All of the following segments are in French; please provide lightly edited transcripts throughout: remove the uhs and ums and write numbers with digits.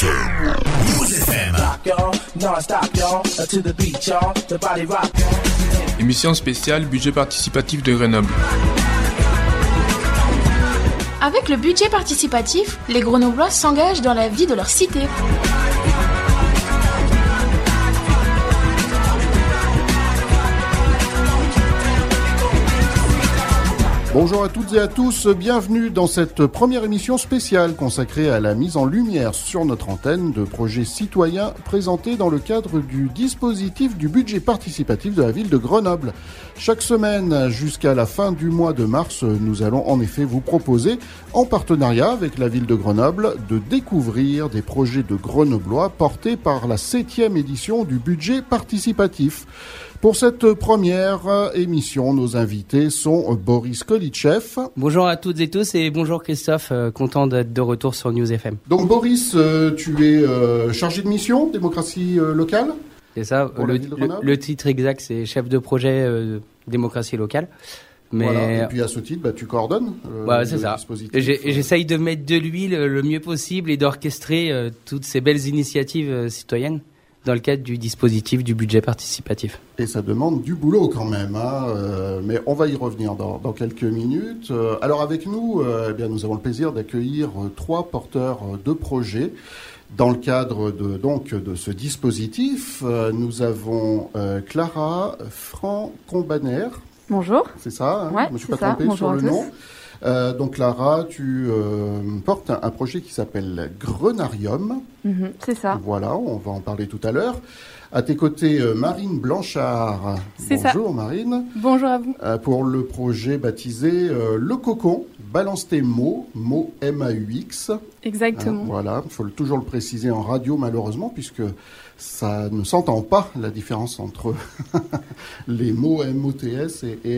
FM. News FM. Émission spéciale budget participatif de Grenoble. Avec le budget participatif, les Grenoblois s'engagent dans la vie de leur cité. Bonjour à toutes et à tous, bienvenue dans cette première émission spéciale consacrée à la mise en lumière sur notre antenne de projets citoyens présentés dans le cadre du dispositif du budget participatif de la ville de Grenoble. Chaque semaine jusqu'à la fin du mois de mars, nous allons en effet vous proposer, en partenariat avec la ville de Grenoble, de découvrir des projets de Grenoblois portés par la 7e édition du budget participatif. Pour cette première émission, nos invités sont Boris Kolitchev. Bonjour à toutes et tous et bonjour Christophe, content d'être de retour sur News FM. Donc Boris, tu es chargé de mission, démocratie locale ? C'est ça, le titre exact c'est chef de projet démocratie locale. Mais... Voilà. Et puis à ce titre, tu coordonnes c'est ça. J'essaye de mettre de l'huile le mieux possible et d'orchestrer toutes ces belles initiatives citoyennes dans le cadre du dispositif du budget participatif. Et ça demande du boulot quand même, mais on va y revenir dans quelques minutes. Alors avec nous, nous avons le plaisir d'accueillir 3 porteurs de projets. Dans le cadre de ce dispositif, nous avons Clara Franc-Combaner. Bonjour. C'est ça, ouais, je ne me suis pas trompé sur le nom. Donc Clara, tu portes un projet qui s'appelle Grenarium. C'est ça. Voilà, on va en parler tout à l'heure. À tes côtés, Marine Blanchard. C'est Bonjour ça. Marine. Bonjour à vous. Pour le projet baptisé Le Cocon, balance tes mots M-A-U-X. Exactement. Voilà, il faut toujours le préciser en radio malheureusement, puisque ça ne s'entend pas la différence entre les mots M-O-T-S et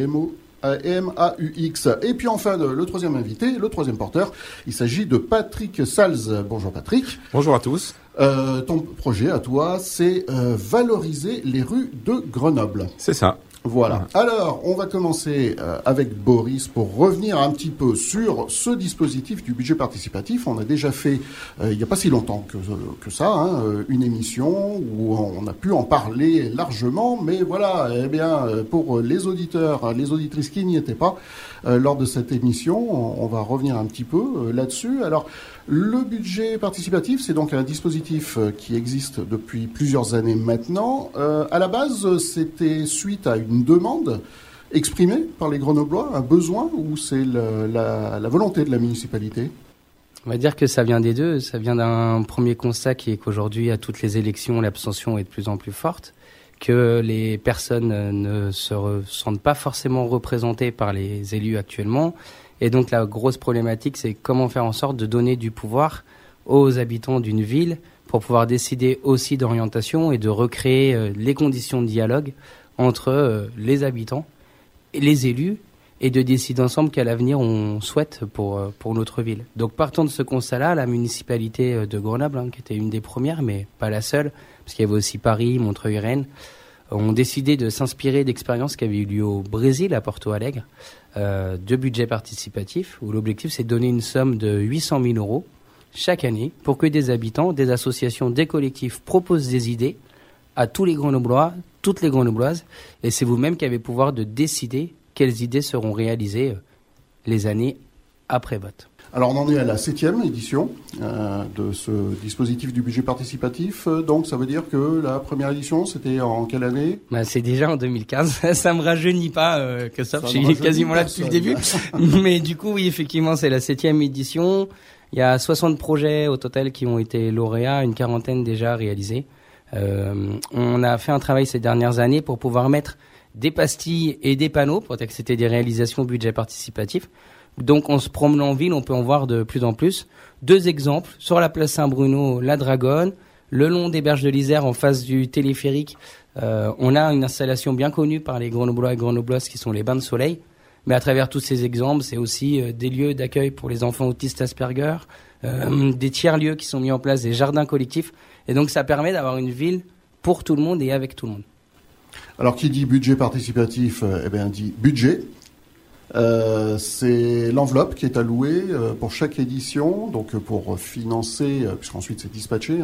M-A-U-X. Et puis enfin, le troisième invité, le troisième porteur, il s'agit de Patrick Salz. Bonjour Patrick. Bonjour à tous. Ton projet à toi, c'est valoriser les rues de Grenoble. C'est ça. Voilà. Alors, on va commencer avec Boris pour revenir un petit peu sur ce dispositif du budget participatif. On a déjà fait, il n'y a pas si longtemps que ça, une émission où on a pu en parler largement. Mais voilà, pour les auditeurs, les auditrices qui n'y étaient pas lors de cette émission, on va revenir un petit peu là-dessus. Alors, le budget participatif, c'est donc un dispositif qui existe depuis plusieurs années maintenant. À la base, c'était suite à une demande exprimée par les Grenoblois, un besoin, ou c'est la volonté de la municipalité ? On va dire que ça vient des deux. Ça vient d'un premier constat qui est qu'aujourd'hui, à toutes les élections, l'abstention est de plus en plus forte, que les personnes ne se sentent pas forcément représentées par les élus actuellement. Et donc la grosse problématique, c'est comment faire en sorte de donner du pouvoir aux habitants d'une ville pour pouvoir décider aussi d'orientation et de recréer les conditions de dialogue entre les habitants et les élus et de décider ensemble quel avenir on souhaite pour notre ville. Donc partant de ce constat-là, la municipalité de Grenoble, qui était une des premières, mais pas la seule, parce qu'il y avait aussi Paris, Montreuil-Rennes, ont décidé de s'inspirer d'expériences qui avaient eu lieu au Brésil, à Porto Alegre, de budget participatif, où l'objectif c'est de donner une somme de 800 000 euros chaque année pour que des habitants, des associations, des collectifs proposent des idées à tous les Grenoblois, toutes les Grenobloises, et c'est vous-même qui avez le pouvoir de décider quelles idées seront réalisées les années après vote. Alors on en est à la 7e édition de ce dispositif du budget participatif. Donc ça veut dire que la première édition, c'était en quelle année ? C'est déjà en 2015. Ça me rajeunit pas, Christophe. Je suis quasiment là depuis le début. Mais du coup, oui, effectivement, c'est la 7e édition. Il y a 60 projets au total qui ont été lauréats, une quarantaine déjà réalisés. On a fait un travail ces dernières années pour pouvoir mettre des pastilles et des panneaux, pour dire que c'était des réalisations budget participatif. Donc en se promenant en ville, on peut en voir de plus en plus. 2 exemples, sur la place Saint-Bruno, la Dragonne, le long des berges de l'Isère, en face du téléphérique, on a une installation bien connue par les Grenoblois et Grenobloises qui sont les bains de soleil. Mais à travers tous ces exemples, c'est aussi des lieux d'accueil pour les enfants autistes Asperger, des tiers-lieux qui sont mis en place, des jardins collectifs. Et donc ça permet d'avoir une ville pour tout le monde et avec tout le monde. Alors qui dit budget participatif, dit budget. C'est l'enveloppe qui est allouée pour chaque édition, donc pour financer, puisqu'ensuite c'est dispatché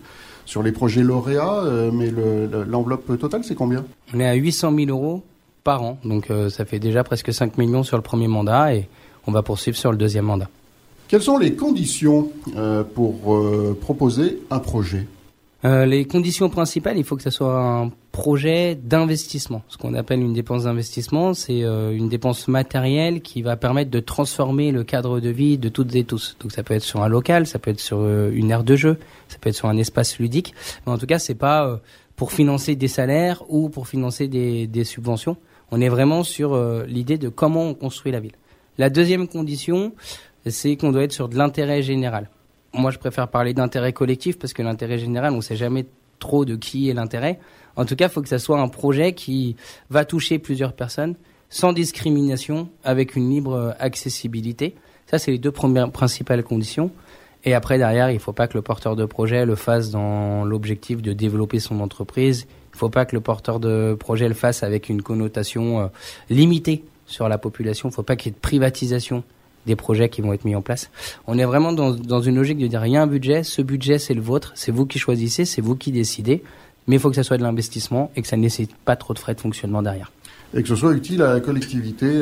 sur les projets lauréats, mais l'enveloppe totale, c'est combien ? On est à 800 000 euros par an, donc ça fait déjà presque 5 millions sur le premier mandat et on va poursuivre sur le deuxième mandat. Quelles sont les conditions pour proposer un projet ? Les conditions principales, il faut que ça soit un projet d'investissement. Ce qu'on appelle une dépense d'investissement, c'est une dépense matérielle qui va permettre de transformer le cadre de vie de toutes et tous. Donc ça peut être sur un local, ça peut être sur une aire de jeu, ça peut être sur un espace ludique. Mais en tout cas, c'est pas pour financer des salaires ou pour financer des subventions. On est vraiment sur l'idée de comment on construit la ville. La deuxième condition, c'est qu'on doit être sur de l'intérêt général. Moi, je préfère parler d'intérêt collectif parce que l'intérêt général, on ne sait jamais trop de qui est l'intérêt. En tout cas, il faut que ça soit un projet qui va toucher plusieurs personnes sans discrimination, avec une libre accessibilité. Ça, c'est les deux premières principales conditions. Et après, derrière, il ne faut pas que le porteur de projet le fasse dans l'objectif de développer son entreprise. Il ne faut pas que le porteur de projet le fasse avec une connotation limitée sur la population. Il ne faut pas qu'il y ait de privatisation des projets qui vont être mis en place. On est vraiment dans une logique de dire il y a un budget, ce budget c'est le vôtre, c'est vous qui choisissez, c'est vous qui décidez, mais il faut que ça soit de l'investissement et que ça ne nécessite pas trop de frais de fonctionnement derrière. Et que ce soit utile à la collectivité,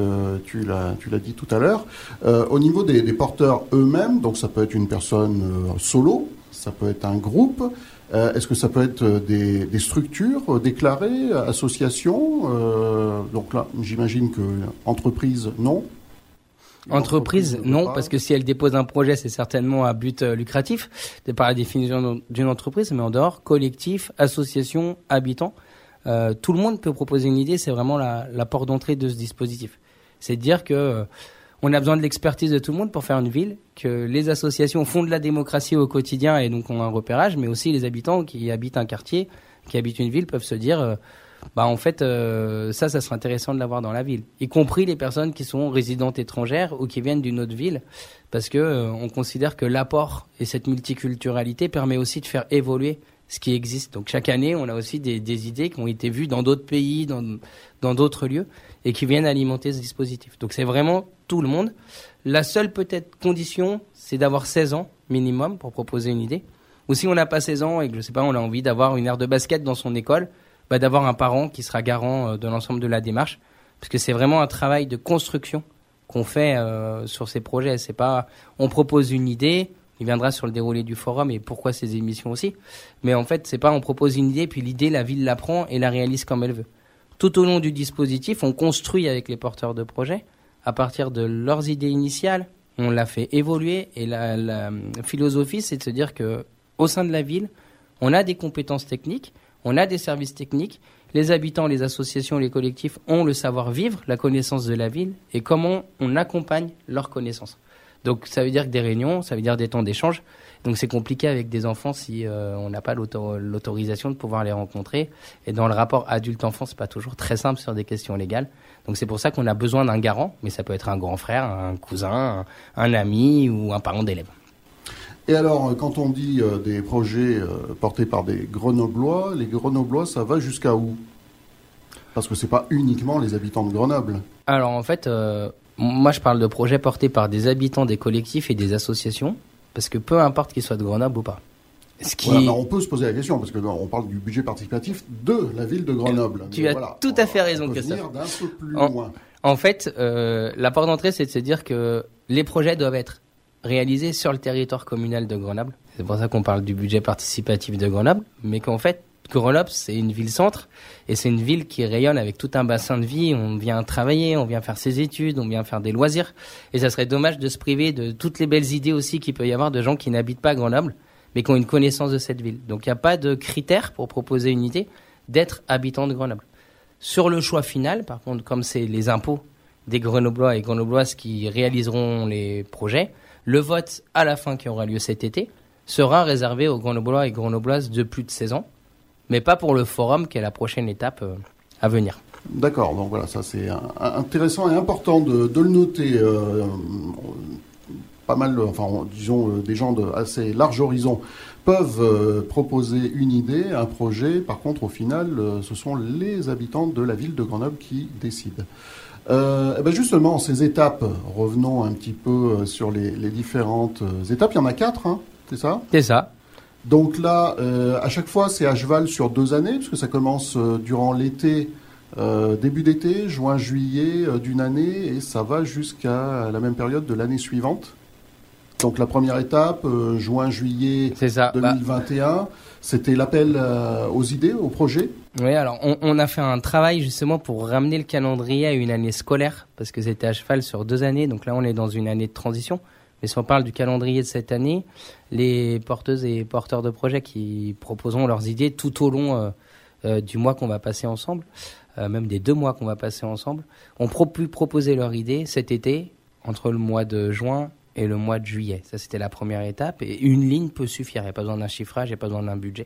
tu l'as dit tout à l'heure. Au niveau des porteurs eux-mêmes, donc ça peut être une personne solo, ça peut être un groupe, est-ce que ça peut être des structures déclarées, associations donc là, j'imagine que entreprise, non. Entreprise, non, parce que si elle dépose un projet, c'est certainement à but lucratif, c'est par la définition d'une entreprise, mais en dehors, collectif, association, habitants, tout le monde peut proposer une idée, c'est vraiment la porte d'entrée de ce dispositif. C'est de dire que on a besoin de l'expertise de tout le monde pour faire une ville, que les associations font de la démocratie au quotidien et donc ont un repérage, mais aussi les habitants qui habitent un quartier, qui habitent une ville, peuvent se dire en fait, ça serait intéressant de l'avoir dans la ville, y compris les personnes qui sont résidentes étrangères ou qui viennent d'une autre ville, parce que on considère que l'apport et cette multiculturalité permet aussi de faire évoluer ce qui existe. Donc chaque année, on a aussi des idées qui ont été vues dans d'autres pays, dans d'autres lieux, et qui viennent alimenter ce dispositif. Donc c'est vraiment tout le monde. La seule peut-être condition, c'est d'avoir 16 ans minimum pour proposer une idée. Ou si on n'a pas 16 ans et que, je sais pas, on a envie d'avoir une aire de basket dans son école, d'avoir un parent qui sera garant de l'ensemble de la démarche, parce que c'est vraiment un travail de construction qu'on fait sur ces projets. C'est pas, on propose une idée, il viendra sur le déroulé du forum et pourquoi ces émissions aussi, mais en fait, c'est pas on propose une idée, puis l'idée, la ville la prend et la réalise comme elle veut. Tout au long du dispositif, on construit avec les porteurs de projets, à partir de leurs idées initiales, on l'a fait évoluer, et la philosophie, c'est de se dire que au sein de la ville, on a des compétences techniques, on a des services techniques, les habitants, les associations, les collectifs ont le savoir-vivre, la connaissance de la ville et comment on accompagne leur connaissance. Donc ça veut dire que des réunions, ça veut dire des temps d'échange. Donc c'est compliqué avec des enfants si on n'a pas l'autorisation de pouvoir les rencontrer. Et dans le rapport adulte-enfant, c'est pas toujours très simple sur des questions légales. Donc c'est pour ça qu'on a besoin d'un garant, mais ça peut être un grand frère, un cousin, un ami ou un parent d'élève. Et alors, quand on dit des projets portés par des Grenoblois, les Grenoblois, ça va jusqu'à où ? Parce que c'est pas uniquement les habitants de Grenoble. Alors en fait, moi je parle de projets portés par des habitants, des collectifs et des associations, parce que peu importe qu'ils soient de Grenoble ou pas. Voilà, on peut se poser la question, parce qu'on parle du budget participatif de la ville de Grenoble. Tu as tout à fait raison, Christophe. On peut venir d'un peu plus loin. En fait, la porte d'entrée, c'est de se dire que les projets doivent être réalisés sur le territoire communal de Grenoble. C'est pour ça qu'on parle du budget participatif de Grenoble, mais qu'en fait, Grenoble, c'est une ville-centre, et c'est une ville qui rayonne avec tout un bassin de vie. On vient travailler, on vient faire ses études, on vient faire des loisirs, et ça serait dommage de se priver de toutes les belles idées aussi qu'il peut y avoir de gens qui n'habitent pas Grenoble, mais qui ont une connaissance de cette ville. Donc il n'y a pas de critère pour proposer une idée d'être habitant de Grenoble. Sur le choix final, par contre, comme c'est les impôts des Grenoblois et Grenobloises qui réaliseront les projets, le vote à la fin qui aura lieu cet été sera réservé aux Grenoblois et Grenobloises de plus de 16 ans, mais pas pour le forum qui est la prochaine étape à venir. D'accord, donc voilà, ça c'est intéressant et important de le noter. Pas mal, disons, des gens de assez large horizon peuvent proposer une idée, un projet. Par contre, au final, ce sont les habitants de la ville de Grenoble qui décident. Justement, ces étapes, revenons un petit peu sur les différentes étapes. Il y en a 4, hein, c'est ça ? C'est ça. Donc là, à chaque fois, c'est à cheval sur 2 années, puisque ça commence durant l'été, début d'été, juin, juillet d'une année, et ça va jusqu'à la même période de l'année suivante. Donc la première étape, juin, juillet 2021, c'était l'appel aux idées, aux projets. Oui, alors on a fait un travail justement pour ramener le calendrier à une année scolaire, parce que c'était à cheval sur 2 années, donc là on est dans une année de transition. Mais si on parle du calendrier de cette année, les porteuses et porteurs de projets qui proposeront leurs idées tout au long du mois qu'on va passer ensemble, même des 2 mois qu'on va passer ensemble, ont pu proposer leurs idées cet été, entre le mois de juin et le mois de juillet. Ça, c'était la première étape. Et une ligne peut suffire. Il n'y a pas besoin d'un chiffrage, il n'y a pas besoin d'un budget.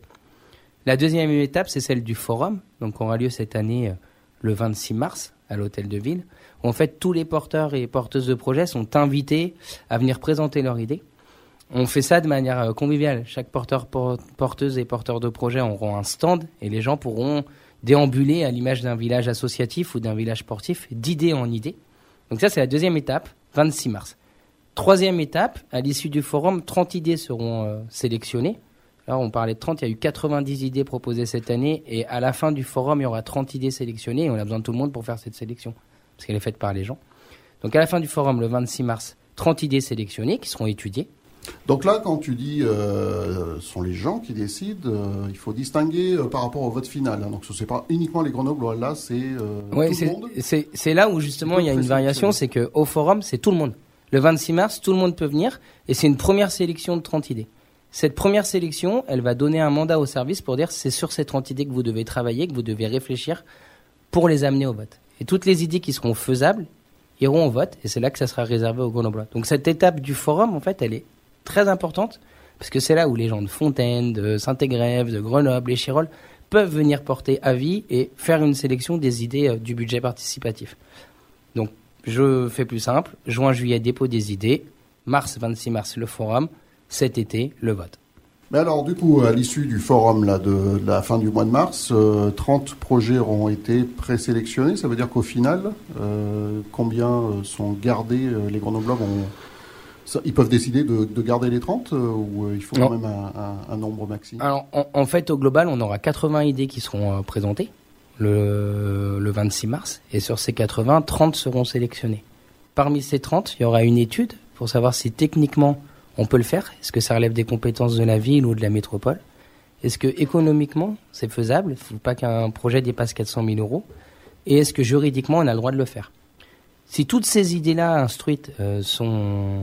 La deuxième étape, c'est celle du forum, donc on aura lieu cette année le 26 mars à l'Hôtel de Ville. En fait, tous les porteurs et porteuses de projets sont invités à venir présenter leurs idées. On fait ça de manière conviviale. Chaque porteuse et porteur de projet auront un stand et les gens pourront déambuler à l'image d'un village associatif ou d'un village sportif, d'idée en idée. Donc ça, c'est la deuxième étape, 26 mars. Troisième étape, à l'issue du forum, 30 idées seront sélectionnées. Alors, on parlait de 30, il y a eu 90 idées proposées cette année et à la fin du forum, il y aura 30 idées sélectionnées et on a besoin de tout le monde pour faire cette sélection parce qu'elle est faite par les gens. Donc, à la fin du forum, le 26 mars, 30 idées sélectionnées qui seront étudiées. Donc là, quand tu dis ce sont les gens qui décident, il faut distinguer par rapport au vote final. Hein. Donc ce n'est pas uniquement les Grenoblois, là c'est tout le monde. C'est là où justement il y a une variation, c'est qu'au forum, c'est tout le monde. Le 26 mars, tout le monde peut venir et c'est une première sélection de 30 idées. Cette première sélection, elle va donner un mandat au service pour dire c'est sur ces 30 idées que vous devez travailler, que vous devez réfléchir pour les amener au vote. Et toutes les idées qui seront faisables iront au vote et c'est là que ça sera réservé aux Grenoblois. Donc cette étape du forum, en fait, elle est très importante parce que c'est là où les gens de Fontaine, de Saint-Égrève, de Grenoble, les Chirolles peuvent venir porter avis et faire une sélection des idées du budget participatif. Donc, je fais plus simple. Juin, juillet, dépôt des idées. Mars, 26 mars, le forum. Cet été, le vote. Mais alors, du coup, à l'issue du forum là, de la fin du mois de mars, 30 projets auront été présélectionnés. Ça veut dire qu'au final, combien sont gardés les Grenoblois ils peuvent décider de garder les 30 ou il faut quand même un nombre maximum? Alors, en fait, au global, on aura 80 idées qui seront présentées le 26 mars. Et sur ces 80, 30 seront sélectionnées. Parmi ces 30, il y aura une étude pour savoir si techniquement on peut le faire. Est-ce que ça relève des compétences de la ville ou de la métropole? Est-ce que économiquement, c'est faisable? Il ne faut pas qu'un projet dépasse 400 000 euros. Et est-ce que juridiquement, on a le droit de le faire? Si toutes ces idées-là instruites sont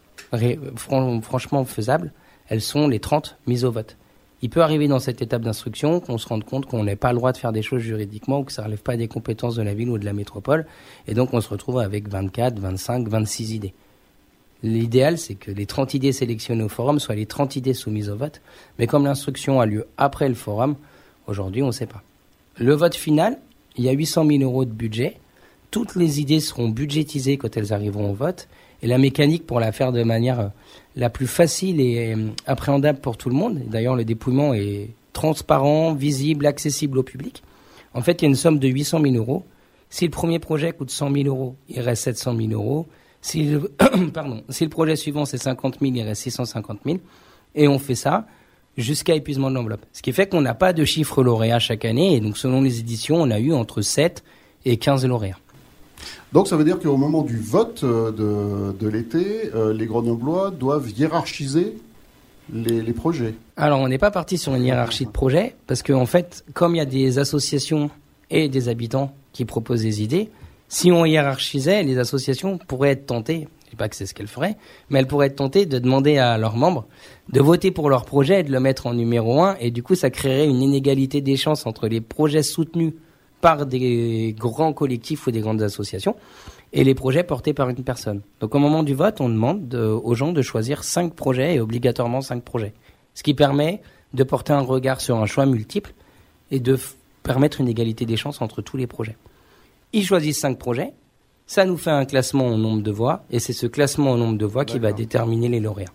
franchement faisables, elles sont les 30 mises au vote. Il peut arriver dans cette étape d'instruction qu'on se rende compte qu'on n'ait pas le droit de faire des choses juridiquement ou que ça ne relève pas des compétences de la ville ou de la métropole. Et donc, on se retrouve avec 24, 25, 26 idées. L'idéal, c'est que les 30 idées sélectionnées au forum soient les 30 idées soumises au vote. Mais comme l'instruction a lieu après le forum, aujourd'hui, on ne sait pas. Le vote final, il y a 800 000 euros de budget. Toutes les idées seront budgétisées quand elles arriveront au vote. Et la mécanique, pour la faire de manière la plus facile et appréhendable pour tout le monde, d'ailleurs le dépouillement est transparent, visible, accessible au public. En fait, il y a une somme de 800 000 euros. Si le premier projet coûte 100 000 euros, il reste 700 000 euros. Si le projet suivant, c'est 50 000, il reste 650 000. Et on fait ça jusqu'à épuisement de l'enveloppe. Ce qui fait qu'on n'a pas de chiffre lauréat chaque année. Et donc, selon les éditions, on a eu entre 7 et 15 lauréats. Donc ça veut dire qu'au moment du vote de l'été, les Grenoblois doivent hiérarchiser les projets. Alors on n'est pas parti sur une hiérarchie de projets, parce qu'en fait, comme il y a des associations et des habitants qui proposent des idées, si on hiérarchisait, les associations pourraient être tentées, je ne dis pas que c'est ce qu'elles feraient, mais elles pourraient être tentées de demander à leurs membres de voter pour leur projet et de le mettre en numéro 1, et du coup ça créerait une inégalité des chances entre les projets soutenus par des grands collectifs ou des grandes associations, et les projets portés par une personne. Donc au moment du vote, on demande aux gens de choisir 5 projets, et obligatoirement 5 projets. Ce qui permet de porter un regard sur un choix multiple, et de permettre une égalité des chances entre tous les projets. Ils choisissent 5 projets, ça nous fait un classement au nombre de voix, et c'est ce classement au nombre de voix qui va déterminer les lauréats.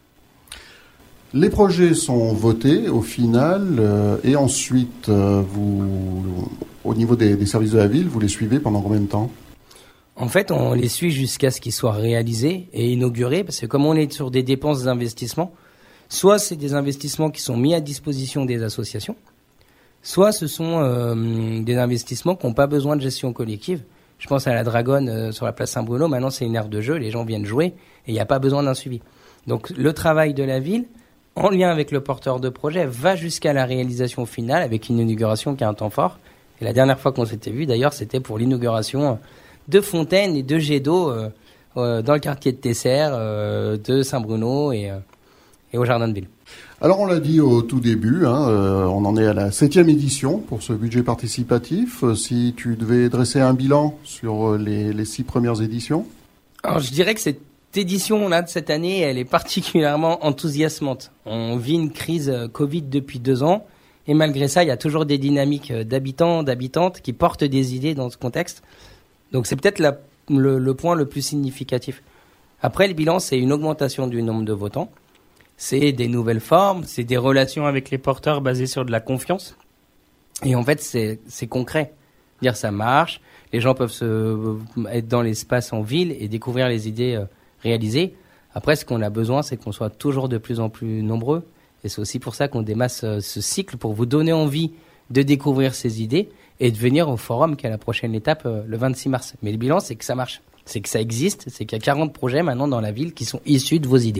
Les projets sont votés au final et ensuite, au niveau des services de la ville, vous les suivez pendant combien de temps? En fait, on les suit jusqu'à ce qu'ils soient réalisés et inaugurés, parce que comme on est sur des dépenses d'investissement, soit c'est des investissements qui sont mis à disposition des associations, soit ce sont des investissements qui n'ont pas besoin de gestion collective. Je pense à la Dragonne sur la place Saint-Bruno, maintenant c'est une aire de jeu, les gens viennent jouer et il n'y a pas besoin d'un suivi. Donc le travail de la ville, en lien avec le porteur de projet, va jusqu'à la réalisation finale avec une inauguration qui a un temps fort. Et la dernière fois qu'on s'était vu, d'ailleurs, c'était pour l'inauguration de fontaines et de jets d'eau dans le quartier de Tesser, de Saint-Bruno et au Jardin de Ville. Alors on l'a dit au tout début, on en est à la 7e édition pour ce budget participatif. Si tu devais dresser un bilan sur les 6 premières éditions? Alors je dirais que cette édition-là de cette année, elle est particulièrement enthousiasmante. On vit une crise Covid depuis 2 ans et malgré ça, il y a toujours des dynamiques d'habitants, d'habitantes qui portent des idées dans ce contexte. Donc c'est peut-être le point le plus significatif. Après, le bilan, c'est une augmentation du nombre de votants. C'est des nouvelles formes, c'est des relations avec les porteurs basées sur de la confiance. Et en fait, c'est concret. Dire ça marche, les gens peuvent être dans l'espace en ville et découvrir les idées réalisées. Après, ce qu'on a besoin, c'est qu'on soit toujours de plus en plus nombreux. Et c'est aussi pour ça qu'on démasse ce cycle, pour vous donner envie de découvrir ces idées et de venir au forum qui est la prochaine étape le 26 mars. Mais le bilan, c'est que ça marche. C'est que ça existe, c'est qu'il y a 40 projets maintenant dans la ville qui sont issus de vos idées.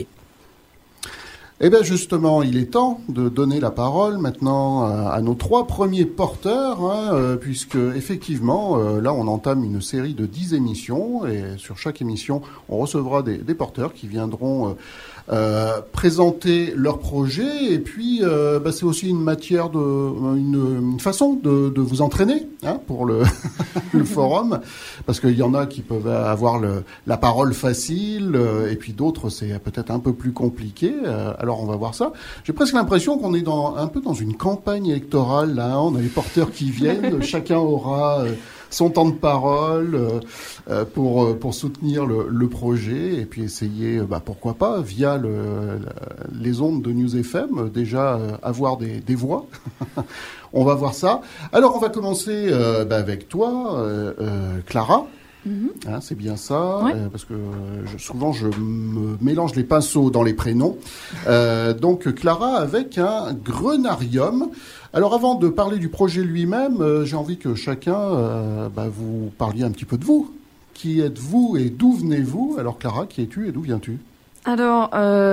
Eh bien justement, il est temps de donner la parole maintenant à nos 3 premiers porteurs, puisque effectivement, là on entame une série de 10 émissions et sur chaque émission, on recevra des porteurs qui viendront présenter leur projet et puis c'est aussi une matière une façon de vous entraîner pour le forum, parce qu'il y en a qui peuvent avoir la parole facile et puis d'autres c'est peut-être un peu plus compliqué. Alors on va voir ça. J'ai presque l'impression qu'on est un peu dans une campagne électorale là. On a les porteurs qui viennent, chacun aura son temps de parole pour soutenir le projet et puis essayer, pourquoi pas, via les ondes de News FM, déjà avoir des voix. On va voir ça. Alors on va commencer avec toi, Clara. C'est bien ça, ouais. Parce que souvent je me mélange les pinceaux dans les prénoms. Donc Clara avec un grenarium. Alors avant de parler du projet lui-même, j'ai envie que chacun vous parliez un petit peu de vous. Qui êtes-vous et d'où venez-vous? Alors Clara, qui es-tu et d'où viens-tu? Alors,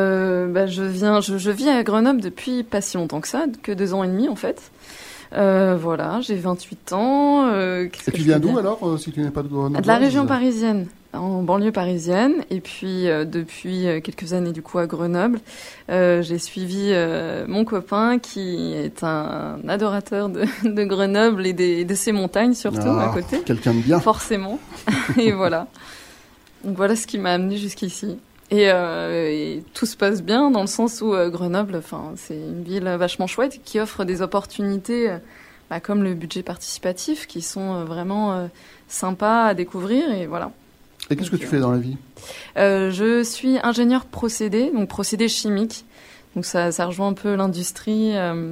je vis à Grenoble depuis pas si longtemps que ça, que 2 ans et demi en fait. Voilà, j'ai 28 ans. Et tu viens d'où alors, si tu n'es pas de Grenoble? De la région parisienne, en banlieue parisienne. Et puis, depuis quelques années, du coup, à Grenoble, j'ai suivi mon copain qui est un adorateur de Grenoble et de ses montagnes, surtout, à côté. Quelqu'un de bien. Forcément. Et voilà. Donc voilà ce qui m'a amené jusqu'ici. Et tout se passe bien dans le sens où Grenoble, c'est une ville vachement chouette qui offre des opportunités comme le budget participatif qui sont vraiment sympas à découvrir et voilà. Et qu'est-ce que tu fais dans la vie? Je suis ingénieur procédé, donc procédé chimique. Donc ça rejoint un peu l'industrie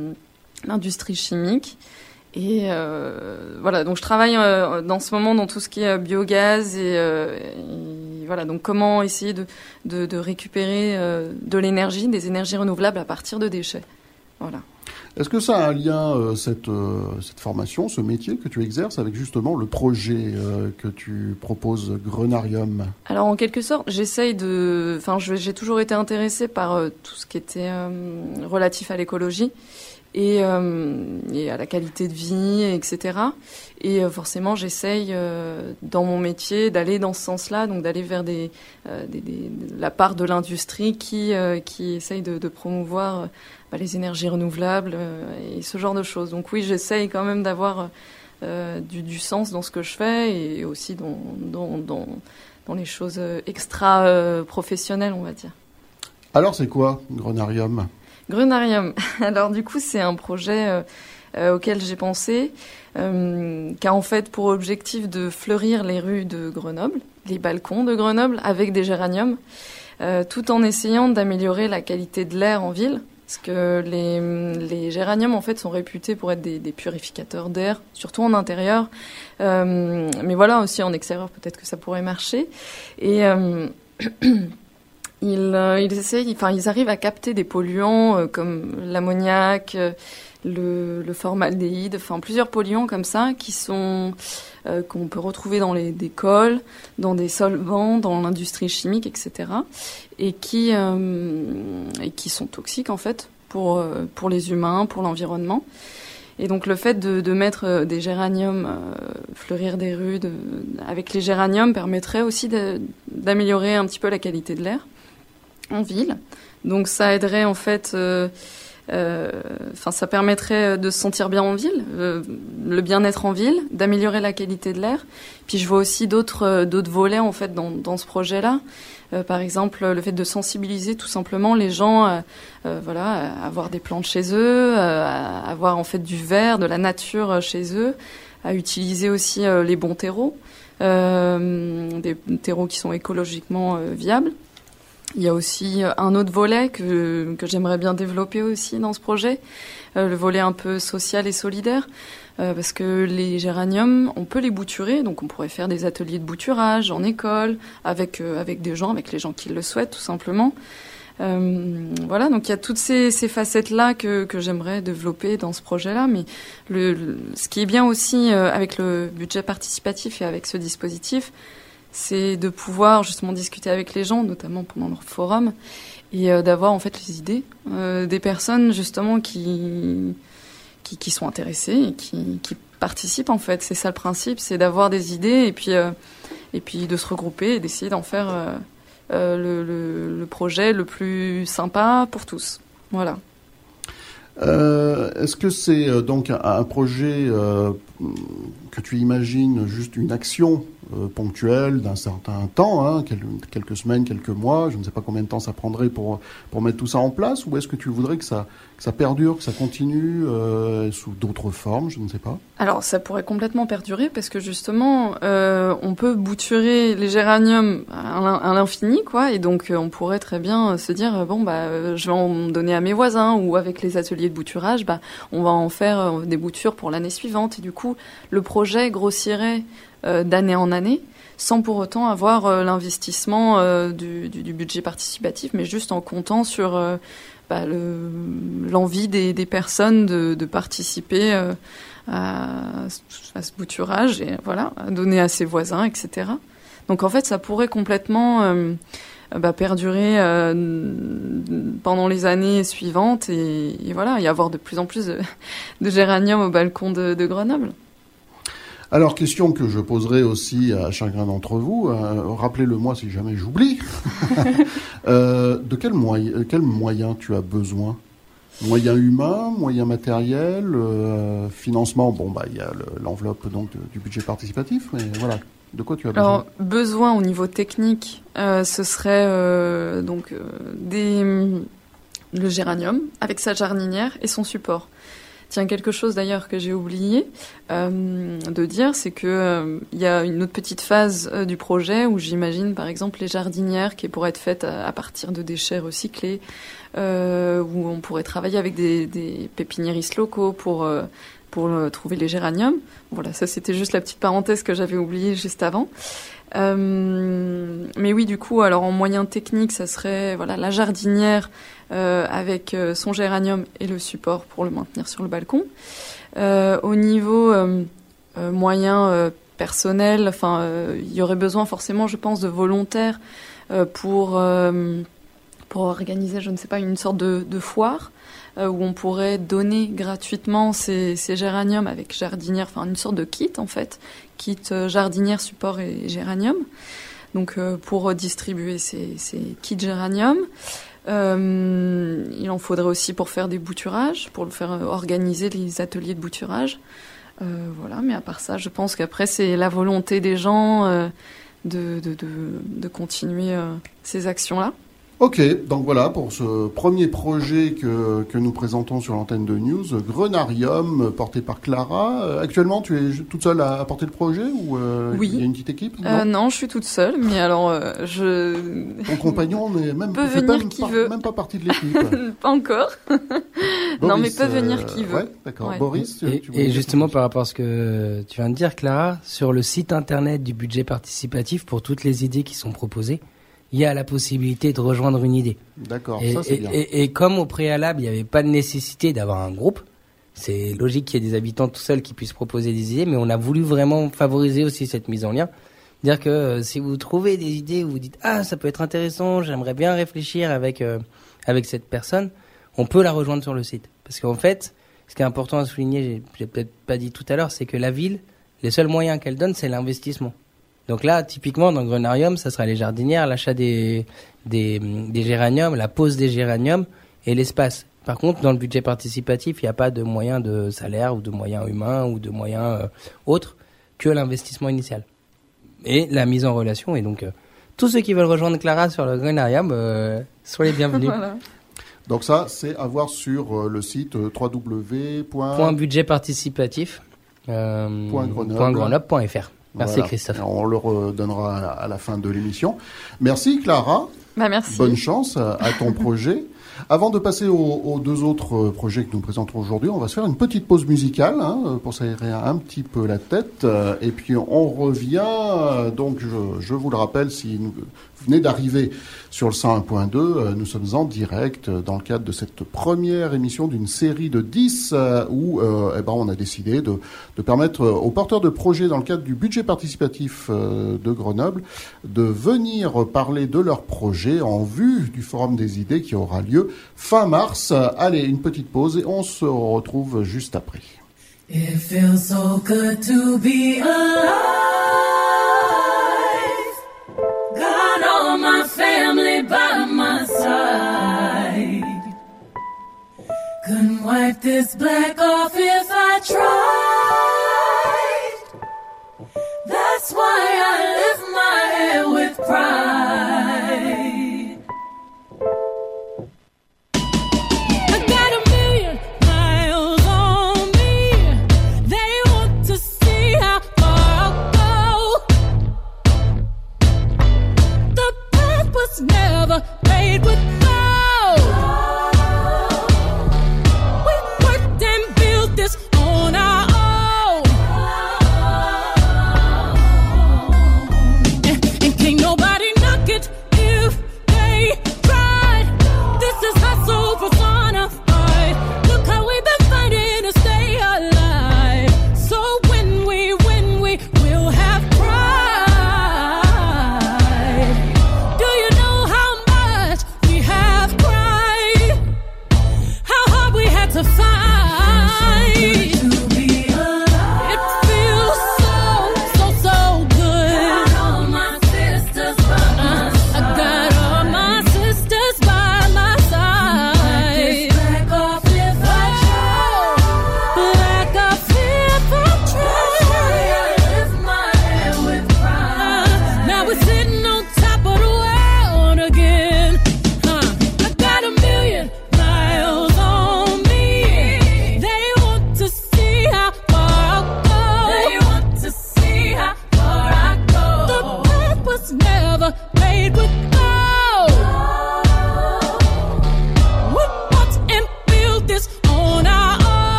chimique. Et voilà, donc je travaille dans ce moment dans tout ce qui est biogaz et voilà, donc comment essayer de récupérer de l'énergie, des énergies renouvelables à partir de déchets. Voilà. Est-ce que ça a un lien, cette formation, ce métier que tu exerces avec justement le projet que tu proposes, Grenarium? Alors en quelque sorte, j'ai toujours été intéressée par tout ce qui était relatif à l'écologie. Et à la qualité de vie, etc. Et forcément, j'essaye dans mon métier d'aller dans ce sens-là, donc d'aller vers la part de l'industrie qui essaye de promouvoir les énergies renouvelables et ce genre de choses. Donc oui, j'essaye quand même d'avoir du sens dans ce que je fais et aussi dans les choses extra-professionnelles, on va dire. Alors c'est quoi, Grenarium ? Grenarium. Alors du coup, c'est un projet auquel j'ai pensé, qui a en fait pour objectif de fleurir les rues de Grenoble, les balcons de Grenoble avec des géraniums, tout en essayant d'améliorer la qualité de l'air en ville Parce que les géraniums, en fait, sont réputés pour être des purificateurs d'air, surtout en intérieur. Mais voilà, aussi en extérieur, peut-être que ça pourrait marcher. Et ils arrivent à capter des polluants comme l'ammoniac, le formaldéhyde, enfin plusieurs polluants comme ça qui sont qu'on peut retrouver dans des cols, dans des solvants, dans l'industrie chimique, etc. Et qui sont toxiques en fait pour les humains, pour l'environnement. Et donc le fait de mettre des géraniums, fleurir des rues avec les géraniums permettrait aussi d'améliorer un petit peu la qualité de l'air en ville. Donc ça aiderait en fait, ça permettrait de se sentir bien en ville, le bien-être en ville, d'améliorer la qualité de l'air. Puis je vois aussi d'autres volets en fait dans ce projet-là. Par exemple, le fait de sensibiliser tout simplement les gens, à avoir des plantes chez eux, à avoir en fait du vert, de la nature chez eux, à utiliser aussi les bons terreaux, des terreaux qui sont écologiquement viables. Il y a aussi un autre volet que j'aimerais bien développer aussi dans ce projet, le volet un peu social et solidaire, parce que les géraniums, on peut les bouturer, donc on pourrait faire des ateliers de bouturage en école, avec des gens, avec les gens qui le souhaitent tout simplement. Voilà, donc il y a toutes ces facettes-là que j'aimerais développer dans ce projet-là, mais ce qui est bien aussi avec le budget participatif et avec ce dispositif, c'est de pouvoir justement discuter avec les gens, notamment pendant leur forum, et d'avoir en fait les idées des personnes justement qui sont intéressées et qui participent en fait. C'est ça le principe, c'est d'avoir des idées et puis de se regrouper et d'essayer d'en faire le projet le plus sympa pour tous. Voilà. Est-ce que c'est donc un projet que tu imagines juste une action ponctuelle d'un certain temps, hein, quelques semaines, quelques mois, je ne sais pas combien de temps ça prendrait pour mettre tout ça en place, ou est-ce que tu voudrais que ça perdure, que ça continue sous d'autres formes, je ne sais pas. Alors ça pourrait complètement perdurer parce que justement on peut bouturer les géraniums à l'infini quoi, et donc on pourrait très bien se dire je vais en donner à mes voisins, ou avec les ateliers de bouturage on va en faire des boutures pour l'année suivante, et du coup le projet grossirait d'année en année, sans pour autant avoir l'investissement du budget participatif, mais juste en comptant sur l'envie des personnes de participer à ce bouturage, et voilà, à donner à ses voisins, etc. Donc en fait, ça pourrait complètement perdurer pendant les années suivantes, et voilà, y avoir de plus en plus de géraniums au balcon de Grenoble. Alors, question que je poserai aussi à chacun d'entre vous, rappelez-le-moi si jamais j'oublie, de quels moyens tu as besoin ? Moyens humains, moyens matériels, financement, il y a l'enveloppe donc du budget participatif, mais voilà, de quoi tu as besoin ? Alors, besoin au niveau technique, ce serait le géranium avec sa jardinière et son support. Tiens, quelque chose d'ailleurs que j'ai oublié de dire, c'est que y a une autre petite phase du projet où j'imagine par exemple les jardinières qui pourraient être faites à partir de déchets recyclés, où on pourrait travailler avec des pépiniéristes locaux pour trouver les géraniums. Voilà, ça c'était juste la petite parenthèse que j'avais oubliée juste avant. Mais oui, du coup, alors en moyen technique, ça serait la jardinière avec son géranium et le support pour le maintenir sur le balcon. Au niveau moyen personnel, il y aurait besoin forcément, je pense, de volontaires pour organiser, je ne sais pas, une sorte de foire où on pourrait donner gratuitement ces géraniums avec jardinière, une sorte de kit en fait, kit jardinière, support et géranium. Donc pour distribuer ces kits géranium, il en faudrait aussi pour faire des bouturages, pour faire organiser les ateliers de bouturage. Voilà, mais à part ça, je pense qu'après c'est la volonté des gens de continuer ces actions-là. Ok, donc voilà pour ce premier projet que nous présentons sur l'antenne de News, Grenarium, porté par Clara. Actuellement, tu es toute seule à porter le projet ou Oui. Il y a une petite équipe? Non, je suis toute seule, mais alors Ton compagnon n'est même, peut venir qui veut. Même pas partie de l'équipe. Pas encore. Boris, non, mais peut venir qui veut. Ouais, d'accord. Ouais. Boris, Et justement, par rapport à ce que tu viens de dire, Clara, sur le site internet du budget participatif, pour toutes les idées qui sont proposées, il y a la possibilité de rejoindre une idée. D'accord, ça c'est bien. Et comme au préalable, il n'y avait pas de nécessité d'avoir un groupe, c'est logique qu'il y ait des habitants tout seuls qui puissent proposer des idées, mais on a voulu vraiment favoriser aussi cette mise en lien. Dire que si vous trouvez des idées où vous dites « Ah, ça peut être intéressant, j'aimerais bien réfléchir avec cette personne », on peut la rejoindre sur le site. Parce qu'en fait, ce qui est important à souligner, j'ai peut-être pas dit tout à l'heure, c'est que la ville, les seuls moyens qu'elle donne, c'est l'investissement. Donc là, typiquement, dans Grenarium, ça sera les jardinières, l'achat des géraniums, la pose des géraniums et l'espace. Par contre, dans le budget participatif, il n'y a pas de moyens de salaire ou de moyens humains ou de moyens autres que l'investissement initial. Et la mise en relation. Et donc, tous ceux qui veulent rejoindre Clara sur le Grenarium, soyez les bienvenus. Voilà. Donc ça, c'est à voir sur le site www.budgetparticipatif.grenoble.fr. Merci voilà. Christophe. On le redonnera à la fin de l'émission. Merci Clara. Merci. Bonne chance à ton projet. Avant de passer aux deux autres projets que nous présentons aujourd'hui, on va se faire une petite pause musicale pour s'aérer un petit peu la tête. Et puis on revient. Donc je vous le rappelle, si vous venez d'arriver sur le 101.2, nous sommes en direct dans le cadre de cette première émission d'une série de 10 où on a décidé de permettre aux porteurs de projets dans le cadre du budget participatif de Grenoble de venir parler de leurs projets en vue du Forum des idées qui aura lieu fin mars. Allez, une petite pause et on se retrouve juste après. It feels so good to be alive. Got all my family by my side. Couldn't wipe this black off if I tried. That's why I lift my head with pride. Never made with gold. We worked and built this on our own. And can't nobody knock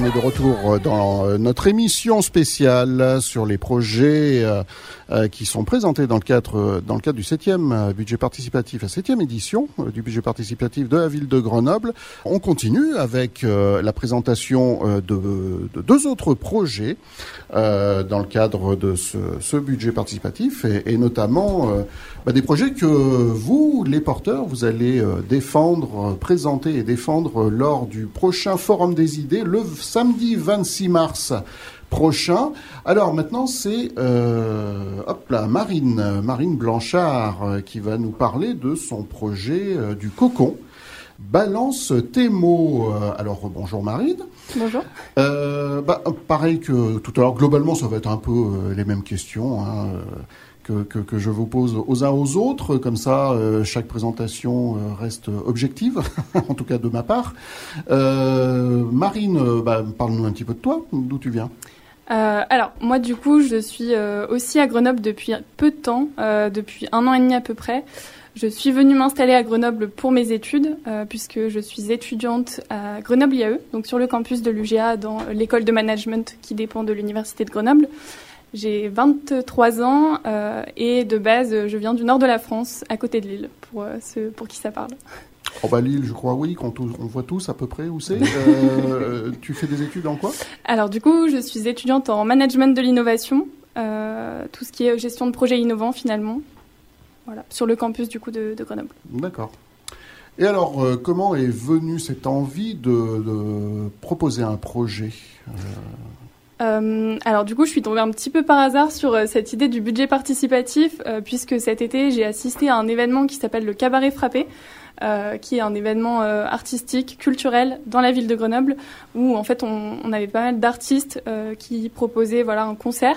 est de retour dans notre émission spéciale sur les projets qui sont présentés dans le cadre du 7e budget participatif, la 7e édition du budget participatif de la ville de Grenoble. On continue avec la présentation de deux autres projets dans le cadre de ce budget participatif et notamment des projets que vous, les porteurs, vous allez présenter et défendre lors du prochain Forum des idées le samedi 26 mars prochain. Alors maintenant, c'est Marine Blanchard qui va nous parler de son projet du cocon. Balance tes mots. Alors bonjour Marine. Bonjour. Pareil que tout à l'heure, globalement ça va être un peu les mêmes questions que je vous pose aux uns aux autres. Comme ça, chaque présentation reste objective, en tout cas de ma part. Marine, parle-nous un petit peu de toi, d'où tu viens. Alors, moi, du coup, je suis aussi à Grenoble depuis peu de temps, depuis 1 an et demi à peu près. Je suis venue m'installer à Grenoble pour mes études, puisque je suis étudiante à Grenoble IAE, donc sur le campus de l'UGA, dans l'école de management qui dépend de l'université de Grenoble. J'ai 23 ans et de base, je viens du nord de la France, à côté de Lille, pour ceux pour qui ça parle. Lille, je crois, oui, qu'on voit tous à peu près où c'est. Tu fais des études en quoi ? Alors du coup, je suis étudiante en management de l'innovation, tout ce qui est gestion de projets innovants finalement, voilà, sur le campus du coup de Grenoble. D'accord. Et alors, comment est venue cette envie de proposer un projet Alors du coup, je suis tombée un petit peu par hasard sur cette idée du budget participatif, puisque cet été, j'ai assisté à un événement qui s'appelle le Cabaret Frappé, qui est un événement artistique, culturel dans la ville de Grenoble, où en fait on avait pas mal d'artistes qui proposaient un concert.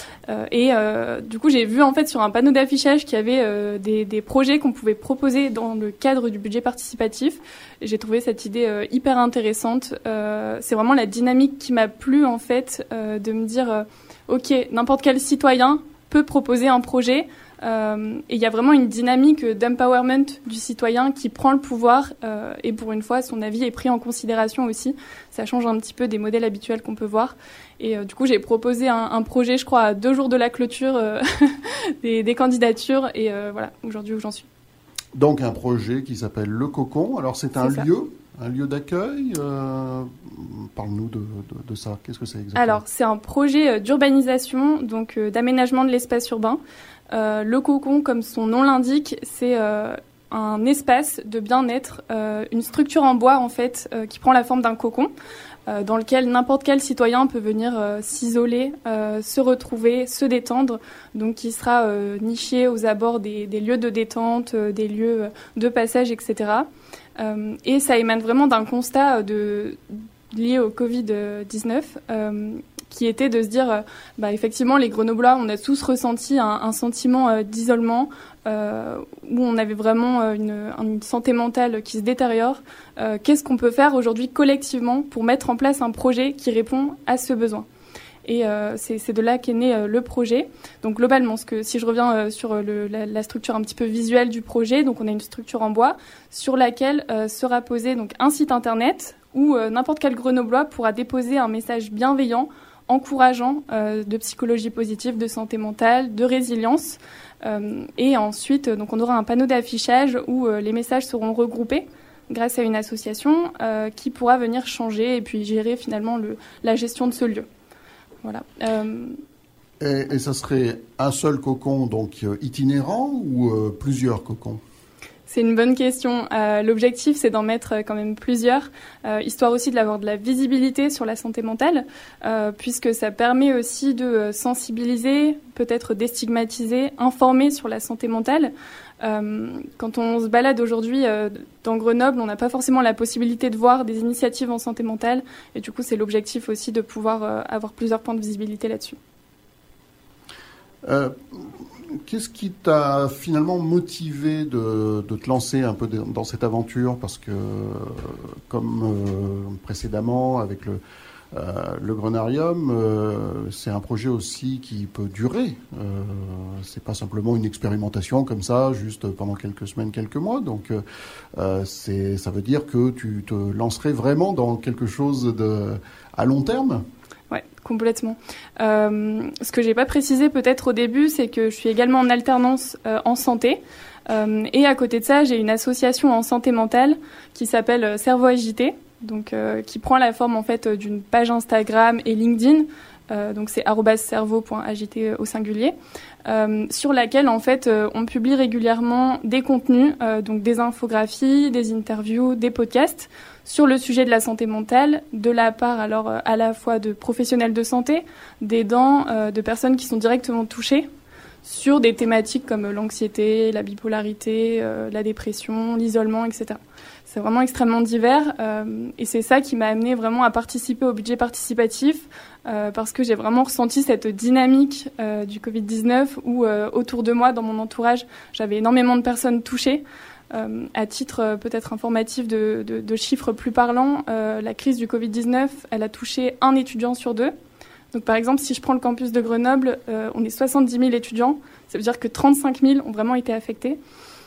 Du coup, j'ai vu en fait sur un panneau d'affichage qu'il y avait des projets qu'on pouvait proposer dans le cadre du budget participatif. J'ai trouvé cette idée hyper intéressante. C'est vraiment la dynamique qui m'a plu en fait, de me dire ok, n'importe quel citoyen peut proposer un projet. Et il y a vraiment une dynamique d'empowerment du citoyen qui prend le pouvoir et pour une fois son avis est pris en considération aussi. Ça change un petit peu des modèles habituels qu'on peut voir. Et du coup j'ai proposé un projet, je crois, à 2 jours de la clôture des candidatures et voilà aujourd'hui où j'en suis. Donc un projet qui s'appelle Le Cocon. Alors c'est un lieu d'accueil. Parle-nous de ça. Qu'est-ce que c'est exactement ? Alors c'est un projet d'urbanisation, donc d'aménagement de l'espace urbain. Le cocon, comme son nom l'indique, c'est un espace de bien-être, une structure en bois en fait qui prend la forme d'un cocon, dans lequel n'importe quel citoyen peut venir s'isoler, se retrouver, se détendre, donc qui sera niché aux abords des lieux de détente, des lieux de passage, etc. Et ça émane vraiment d'un constat lié au Covid-19, qui était de se dire, effectivement, les Grenoblois, on a tous ressenti un sentiment d'isolement, où on avait vraiment une santé mentale qui se détériore. Qu'est-ce qu'on peut faire aujourd'hui collectivement pour mettre en place un projet qui répond à ce besoin ? Et c'est de là qu'est né le projet. Donc globalement, si je reviens sur la structure un petit peu visuelle du projet, donc on a une structure en bois sur laquelle sera posé donc un site internet où n'importe quel Grenoblois pourra déposer un message bienveillant, encourageant de psychologie positive, de santé mentale, de résilience. Et ensuite, donc on aura un panneau d'affichage où les messages seront regroupés grâce à une association qui pourra venir changer et puis gérer finalement la gestion de ce lieu. Voilà. Et ça serait un seul cocon donc itinérant ou plusieurs cocons ? C'est une bonne question. L'objectif, c'est d'en mettre quand même plusieurs, histoire aussi d'avoir de la visibilité sur la santé mentale, puisque ça permet aussi de sensibiliser, peut-être déstigmatiser, informer sur la santé mentale. Quand on se balade aujourd'hui dans Grenoble, on n'a pas forcément la possibilité de voir des initiatives en santé mentale, et du coup, c'est l'objectif aussi de pouvoir avoir plusieurs points de visibilité là-dessus. Qu'est-ce qui t'a finalement motivé de te lancer un peu dans cette aventure ? Parce que, comme précédemment, avec Le Grenarium, c'est un projet aussi qui peut durer. C'est pas simplement une expérimentation comme ça, juste pendant quelques semaines, quelques mois. Donc, ça veut dire que tu te lancerais vraiment dans quelque chose à long terme. Ouais, complètement. Ce que j'ai pas précisé peut-être au début, c'est que je suis également en alternance en santé. Et à côté de ça, j'ai une association en santé mentale qui s'appelle Cerveau Agité, donc qui prend la forme en fait d'une page Instagram et LinkedIn. Donc c'est @cerveau.agité au singulier, sur laquelle en fait on publie régulièrement des contenus, donc des infographies, des interviews, des podcasts sur le sujet de la santé mentale, de la part alors à la fois de professionnels de santé, d'aidants, de personnes qui sont directement touchées sur des thématiques comme l'anxiété, la bipolarité, la dépression, l'isolement, etc. C'est vraiment extrêmement divers et c'est ça qui m'a amené vraiment à participer au budget participatif parce que j'ai vraiment ressenti cette dynamique du Covid-19 où autour de moi, dans mon entourage, j'avais énormément de personnes touchées. À titre peut-être informatif de chiffres plus parlants, la crise du Covid-19, elle a touché un étudiant sur deux. Donc par exemple, si je prends le campus de Grenoble, on est 70 000 étudiants. Ça veut dire que 35 000 ont vraiment été affectés.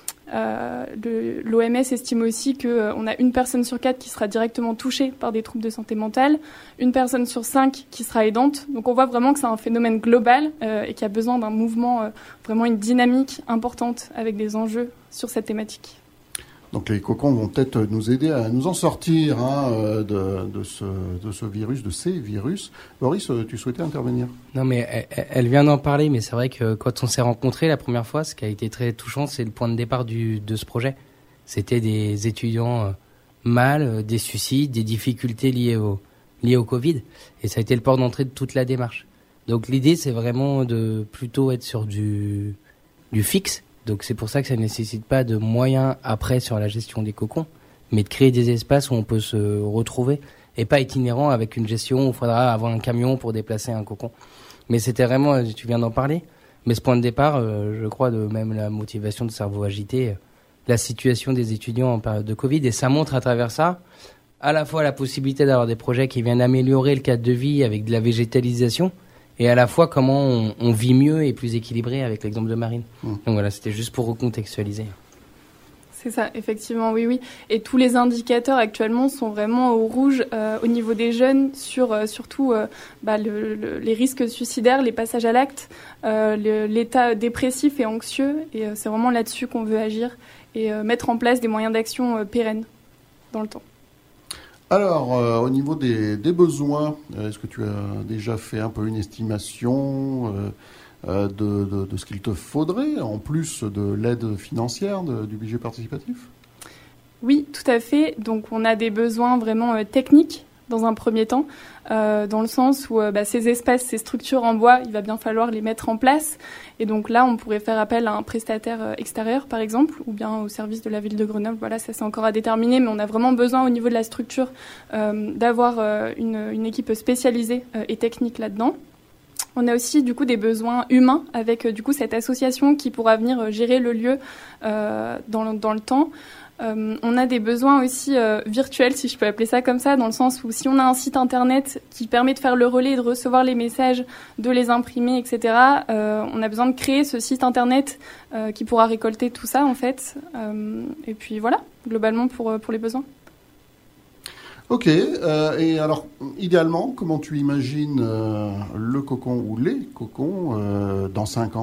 L'OMS estime aussi qu'on a une personne sur 4 qui sera directement touchée par des troubles de santé mentale, une personne sur 5 qui sera aidante. Donc on voit vraiment que c'est un phénomène global et qu'il y a besoin d'un mouvement, vraiment une dynamique importante avec des enjeux sur cette thématique. Donc les cocons vont peut-être nous aider à nous en sortir de ce virus, de ces virus. Boris, tu souhaitais intervenir ? Non, mais elle vient d'en parler, mais c'est vrai que quand on s'est rencontrés la première fois, ce qui a été très touchant, c'est le point de départ de ce projet. C'était des étudiants mal, des suicides, des difficultés liées au Covid. Et ça a été le port d'entrée de toute la démarche. Donc l'idée, c'est vraiment de plutôt être sur du fixe. Donc c'est pour ça que ça ne nécessite pas de moyens après sur la gestion des cocons, mais de créer des espaces où on peut se retrouver et pas itinérant avec une gestion où il faudra avoir un camion pour déplacer un cocon. Mais c'était vraiment, tu viens d'en parler, mais ce point de départ, je crois, de même la motivation de Cerveau Agité, la situation des étudiants en période de Covid, et ça montre à travers ça à la fois la possibilité d'avoir des projets qui viennent améliorer le cadre de vie avec de la végétalisation, et à la fois comment on vit mieux et plus équilibré avec l'exemple de Marine. Donc voilà, c'était juste pour recontextualiser. C'est ça, effectivement, oui. Et tous les indicateurs actuellement sont vraiment au rouge au niveau des jeunes sur surtout les risques suicidaires, les passages à l'acte, l'état dépressif et anxieux. Et c'est vraiment là-dessus qu'on veut agir et mettre en place des moyens d'action pérennes dans le temps. Alors, au niveau des besoins, est-ce que tu as déjà fait un peu une estimation de ce qu'il te faudrait, en plus de l'aide financière du budget participatif ? Oui, tout à fait. Donc, on a des besoins vraiment techniques dans un premier temps, dans le sens où ces espaces, ces structures en bois, il va bien falloir les mettre en place. Et donc là, on pourrait faire appel à un prestataire extérieur, par exemple, ou bien au service de la ville de Grenoble. Voilà, ça c'est encore à déterminer, mais on a vraiment besoin au niveau de la structure d'avoir une équipe spécialisée et technique là-dedans. On a aussi du coup des besoins humains avec du coup cette association qui pourra venir gérer le lieu dans le temps. On a des besoins aussi virtuels, si je peux appeler ça comme ça, dans le sens où si on a un site internet qui permet de faire le relais, de recevoir les messages, de les imprimer, etc., on a besoin de créer ce site internet qui pourra récolter tout ça, en fait. Et puis voilà, globalement pour les besoins. Ok, et alors, idéalement, comment tu imagines le cocon ou les cocons dans 5 ans ?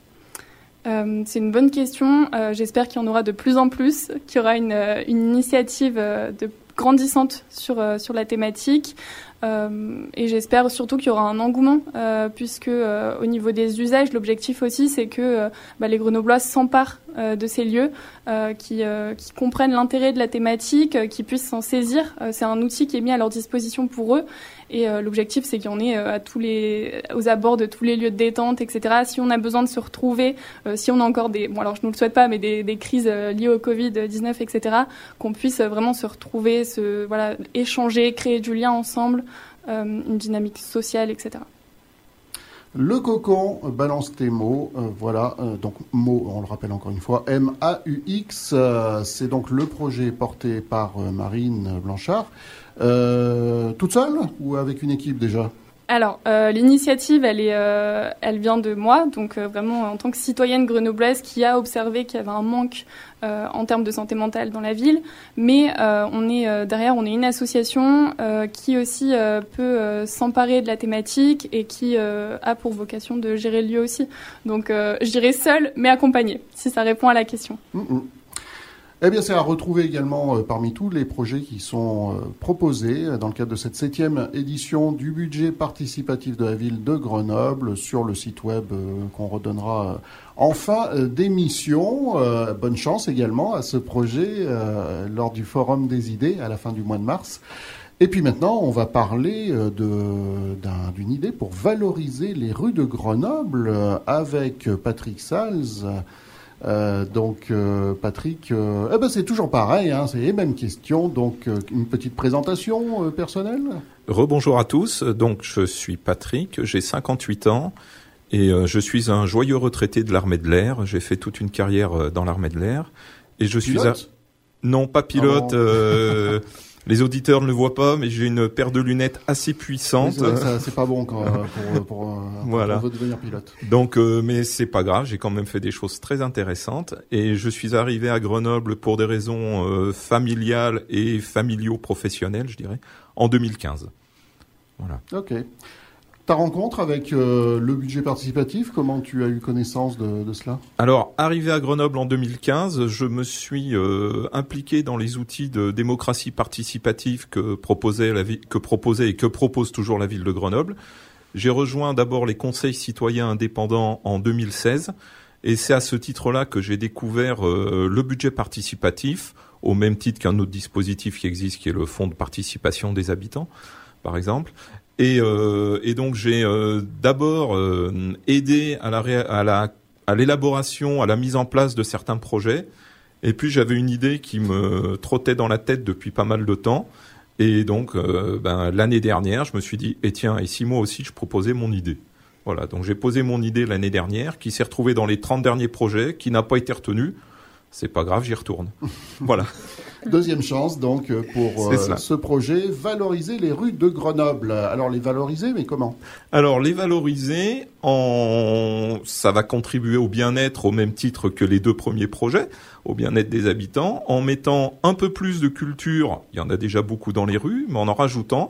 C'est une bonne question. J'espère qu'il y en aura de plus en plus, qu'il y aura une initiative grandissante sur la thématique. Et j'espère surtout qu'il y aura un engouement, puisque au niveau des usages, l'objectif aussi, c'est que les Grenoblois s'emparent de ces lieux, qui comprennent l'intérêt de la thématique, qui puissent s'en saisir. C'est un outil qui est mis à leur disposition pour eux. Et l'objectif, c'est qu'il y en ait aux abords de tous les lieux de détente, etc. Si on a besoin de se retrouver, si on a encore alors je ne le souhaite pas, mais des crises liées au Covid-19, etc., qu'on puisse vraiment se retrouver, échanger, créer du lien ensemble, une dynamique sociale, etc. Le Cocon, balance tes mots, voilà, donc mots, on le rappelle encore une fois, MAUX, c'est donc le projet porté par Marine Blanchard, toute seule ou avec une équipe déjà ? Alors, l'initiative, elle vient de moi, donc vraiment en tant que citoyenne grenobloise qui a observé qu'il y avait un manque en termes de santé mentale dans la ville. Mais derrière, on est une association qui aussi peut s'emparer de la thématique et qui a pour vocation de gérer le lieu aussi. Donc, je dirais seule, mais accompagnée, si ça répond à la question. Eh bien, c'est à retrouver également parmi tous les projets qui sont proposés dans le cadre de cette 7e édition du budget participatif de la ville de Grenoble sur le site web qu'on redonnera en fin d'émission. Bonne chance également à ce projet lors du Forum des idées à la fin du mois de mars. Et puis maintenant, on va parler d'une idée pour valoriser les rues de Grenoble avec Patrick Sals. Patrick, c'est toujours pareil, hein, c'est les mêmes questions. Donc, une petite présentation personnelle. Rebonjour à tous. Donc, je suis Patrick, j'ai 58 ans et je suis un joyeux retraité de l'armée de l'air. J'ai fait toute une carrière dans l'armée de l'air et je suis non pas pilote. Les auditeurs ne le voient pas, mais j'ai une paire de lunettes assez puissante. C'est vrai que ça, c'est pas bon quand voilà. on veut devenir pilote. Donc, mais c'est pas grave. J'ai quand même fait des choses très intéressantes. Et je suis arrivé à Grenoble pour des raisons familiales et familiaux-professionnelles, je dirais, en 2015. Voilà. Ok. Ta rencontre avec le budget participatif, comment tu as eu connaissance de cela ? Alors, arrivé à Grenoble en 2015, je me suis impliqué dans les outils de démocratie participative que proposait et que propose toujours la ville de Grenoble. J'ai rejoint d'abord les conseils citoyens indépendants en 2016 et c'est à ce titre-là que j'ai découvert le budget participatif, au même titre qu'un autre dispositif qui existe, qui est le fonds de participation des habitants, par exemple. Et donc j'ai d'abord aidé à l'élaboration, à la mise en place de certains projets. Et puis j'avais une idée qui me trottait dans la tête depuis pas mal de temps. Et donc l'année dernière, je me suis dit et si moi aussi je proposais mon idée. Voilà, donc j'ai posé mon idée l'année dernière, qui s'est retrouvée dans les 30 derniers projets, qui n'a pas été retenue. C'est pas grave, j'y retourne. Voilà. Deuxième chance, donc, pour ce projet, valoriser les rues de Grenoble. Alors, les valoriser, mais comment ? Alors, les valoriser, ça va contribuer au bien-être au même titre que les deux premiers projets, au bien-être des habitants, en mettant un peu plus de culture, il y en a déjà beaucoup dans les rues, mais en rajoutant.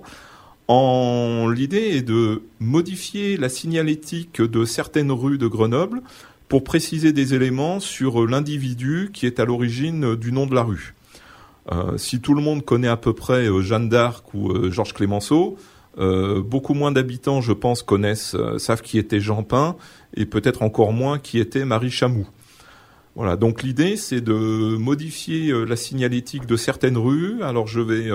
L'idée est de modifier la signalétique de certaines rues de Grenoble pour préciser des éléments sur l'individu qui est à l'origine du nom de la rue. Si tout le monde connaît à peu près Jeanne d'Arc ou Georges Clémenceau, beaucoup moins d'habitants, je pense, savent qui était Jean Pin et peut-être encore moins qui était Marie Chamou. Voilà, donc l'idée c'est de modifier la signalétique de certaines rues. Alors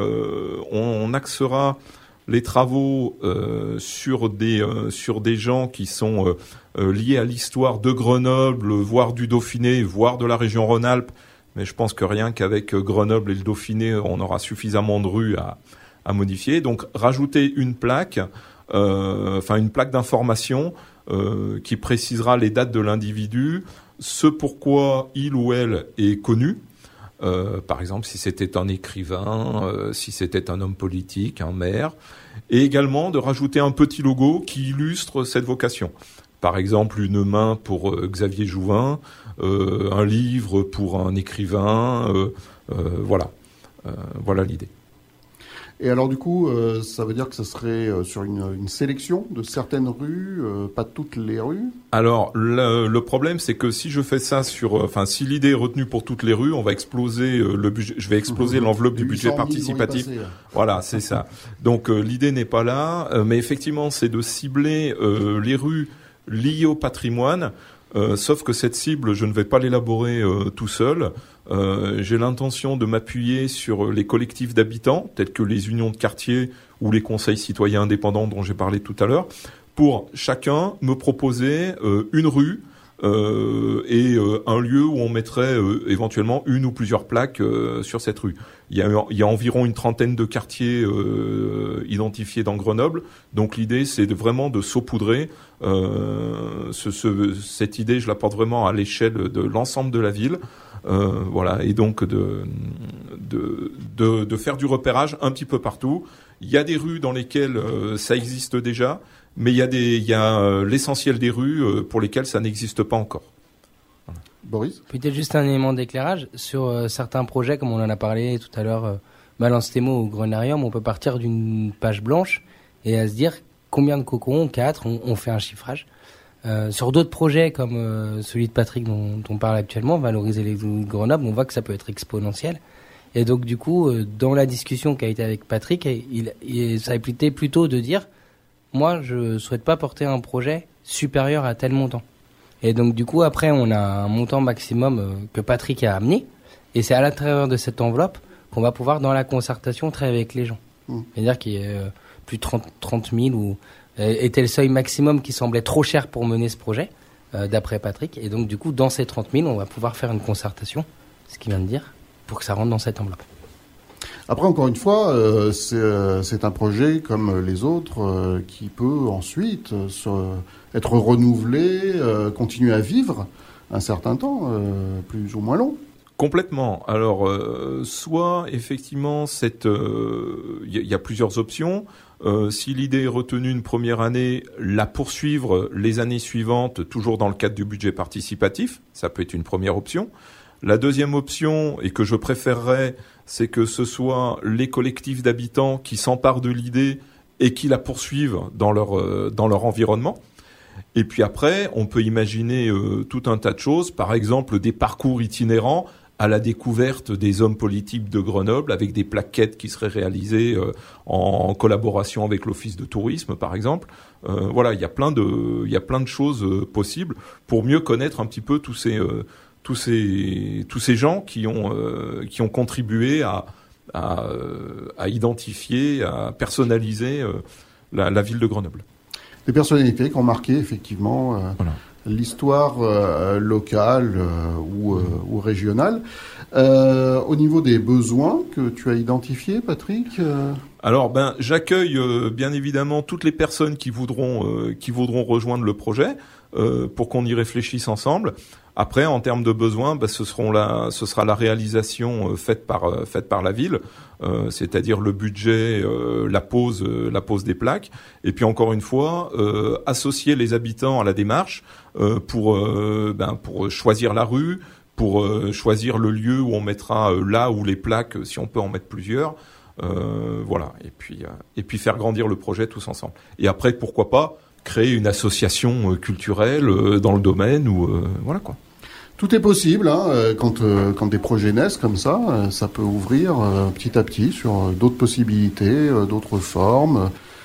on axera les travaux sur des gens qui sont liés à l'histoire de Grenoble, voire du Dauphiné, voire de la région Rhône-Alpes. Mais je pense que rien qu'avec Grenoble et le Dauphiné, on aura suffisamment de rues à modifier. Donc rajouter une plaque, une plaque d'information qui précisera les dates de l'individu, ce pourquoi il ou elle est connu. Par exemple, si c'était un écrivain, si c'était un homme politique, un maire, et également de rajouter un petit logo qui illustre cette vocation. Par exemple, une main pour Xavier Jouvin, un livre pour un écrivain, voilà l'idée. Et alors du coup, ça veut dire que ce serait sur une sélection de certaines rues, pas toutes les rues ? Alors le problème, c'est que si je fais ça si l'idée est retenue pour toutes les rues, on va exploser le budget. Je vais exploser l'enveloppe du budget participatif. Voilà, c'est ça. Donc l'idée n'est pas là, mais effectivement, c'est de cibler les rues liées au patrimoine. Sauf que cette cible, je ne vais pas l'élaborer tout seul. J'ai l'intention de m'appuyer sur les collectifs d'habitants, tels que les unions de quartier ou les conseils citoyens indépendants dont j'ai parlé tout à l'heure, pour chacun me proposer une rue et un lieu où on mettrait éventuellement une ou plusieurs plaques sur cette rue. Il y a environ une trentaine de quartiers identifiés dans Grenoble, donc l'idée c'est vraiment de saupoudrer. Cette idée, je la porte vraiment à l'échelle de l'ensemble de la ville. Voilà, et donc de faire du repérage un petit peu partout. Il y a des rues dans lesquelles ça existe déjà, mais il y a l'essentiel des rues pour lesquelles ça n'existe pas encore. Voilà. Boris ? Peut-être juste un élément d'éclairage sur certains projets, comme on en a parlé tout à l'heure, Balance-Témo ou Grenarium, on peut partir d'une page blanche et à se dire combien de cocons, 4, on fait un chiffrage. Sur d'autres projets comme celui de Patrick dont on parle actuellement, valoriser les de Grenoble, on voit que ça peut être exponentiel. Et donc du coup, dans la discussion qui a été avec Patrick, ça a été plutôt de dire, moi je souhaite pas porter un projet supérieur à tel montant. Et donc du coup, après on a un montant maximum que Patrick a amené, et c'est à l'intérieur de cette enveloppe qu'on va pouvoir dans la concertation travailler avec les gens. C'est-à-dire qu'il y a plus de 30 000 ou était le seuil maximum qui semblait trop cher pour mener ce projet, d'après Patrick. Et donc, du coup, dans ces 30 000, on va pouvoir faire une concertation, ce qu'il vient de dire, pour que ça rentre dans cette enveloppe. Après, encore une fois, c'est un projet comme les autres qui peut ensuite être renouvelé, continuer à vivre un certain temps, plus ou moins long. Complètement. Alors, soit effectivement, il y a plusieurs options. Si l'idée est retenue une première année, la poursuivre les années suivantes, toujours dans le cadre du budget participatif, ça peut être une première option. La deuxième option, et que je préférerais, c'est que ce soit les collectifs d'habitants qui s'emparent de l'idée et qui la poursuivent dans leur environnement. Et puis après, on peut imaginer tout un tas de choses, par exemple des parcours itinérants à la découverte des hommes politiques de Grenoble, avec des plaquettes qui seraient réalisées en collaboration avec l'Office de tourisme, par exemple. Voilà, il y a plein de choses possibles pour mieux connaître un petit peu tous ces gens qui ont contribué à identifier, à personnaliser la ville de Grenoble. Des personnalités qui ont marqué effectivement l'histoire locale ou régionale. Au niveau des besoins que tu as identifiés, Patrick Alors, j'accueille bien évidemment toutes les personnes qui voudront rejoindre le projet pour qu'on y réfléchisse ensemble. Après, en termes de besoins, ce sera la réalisation faite par la ville, c'est-à-dire le budget, la pose des plaques, et puis encore une fois, associer les habitants à la démarche pour choisir la rue, pour choisir le lieu où on mettra là où les plaques, si on peut en mettre plusieurs. Voilà, et puis faire grandir le projet tous ensemble. Et après, pourquoi pas créer une association culturelle dans le domaine ou voilà quoi. Tout est possible quand des projets naissent comme ça, ça peut ouvrir petit à petit sur d'autres possibilités, d'autres formes,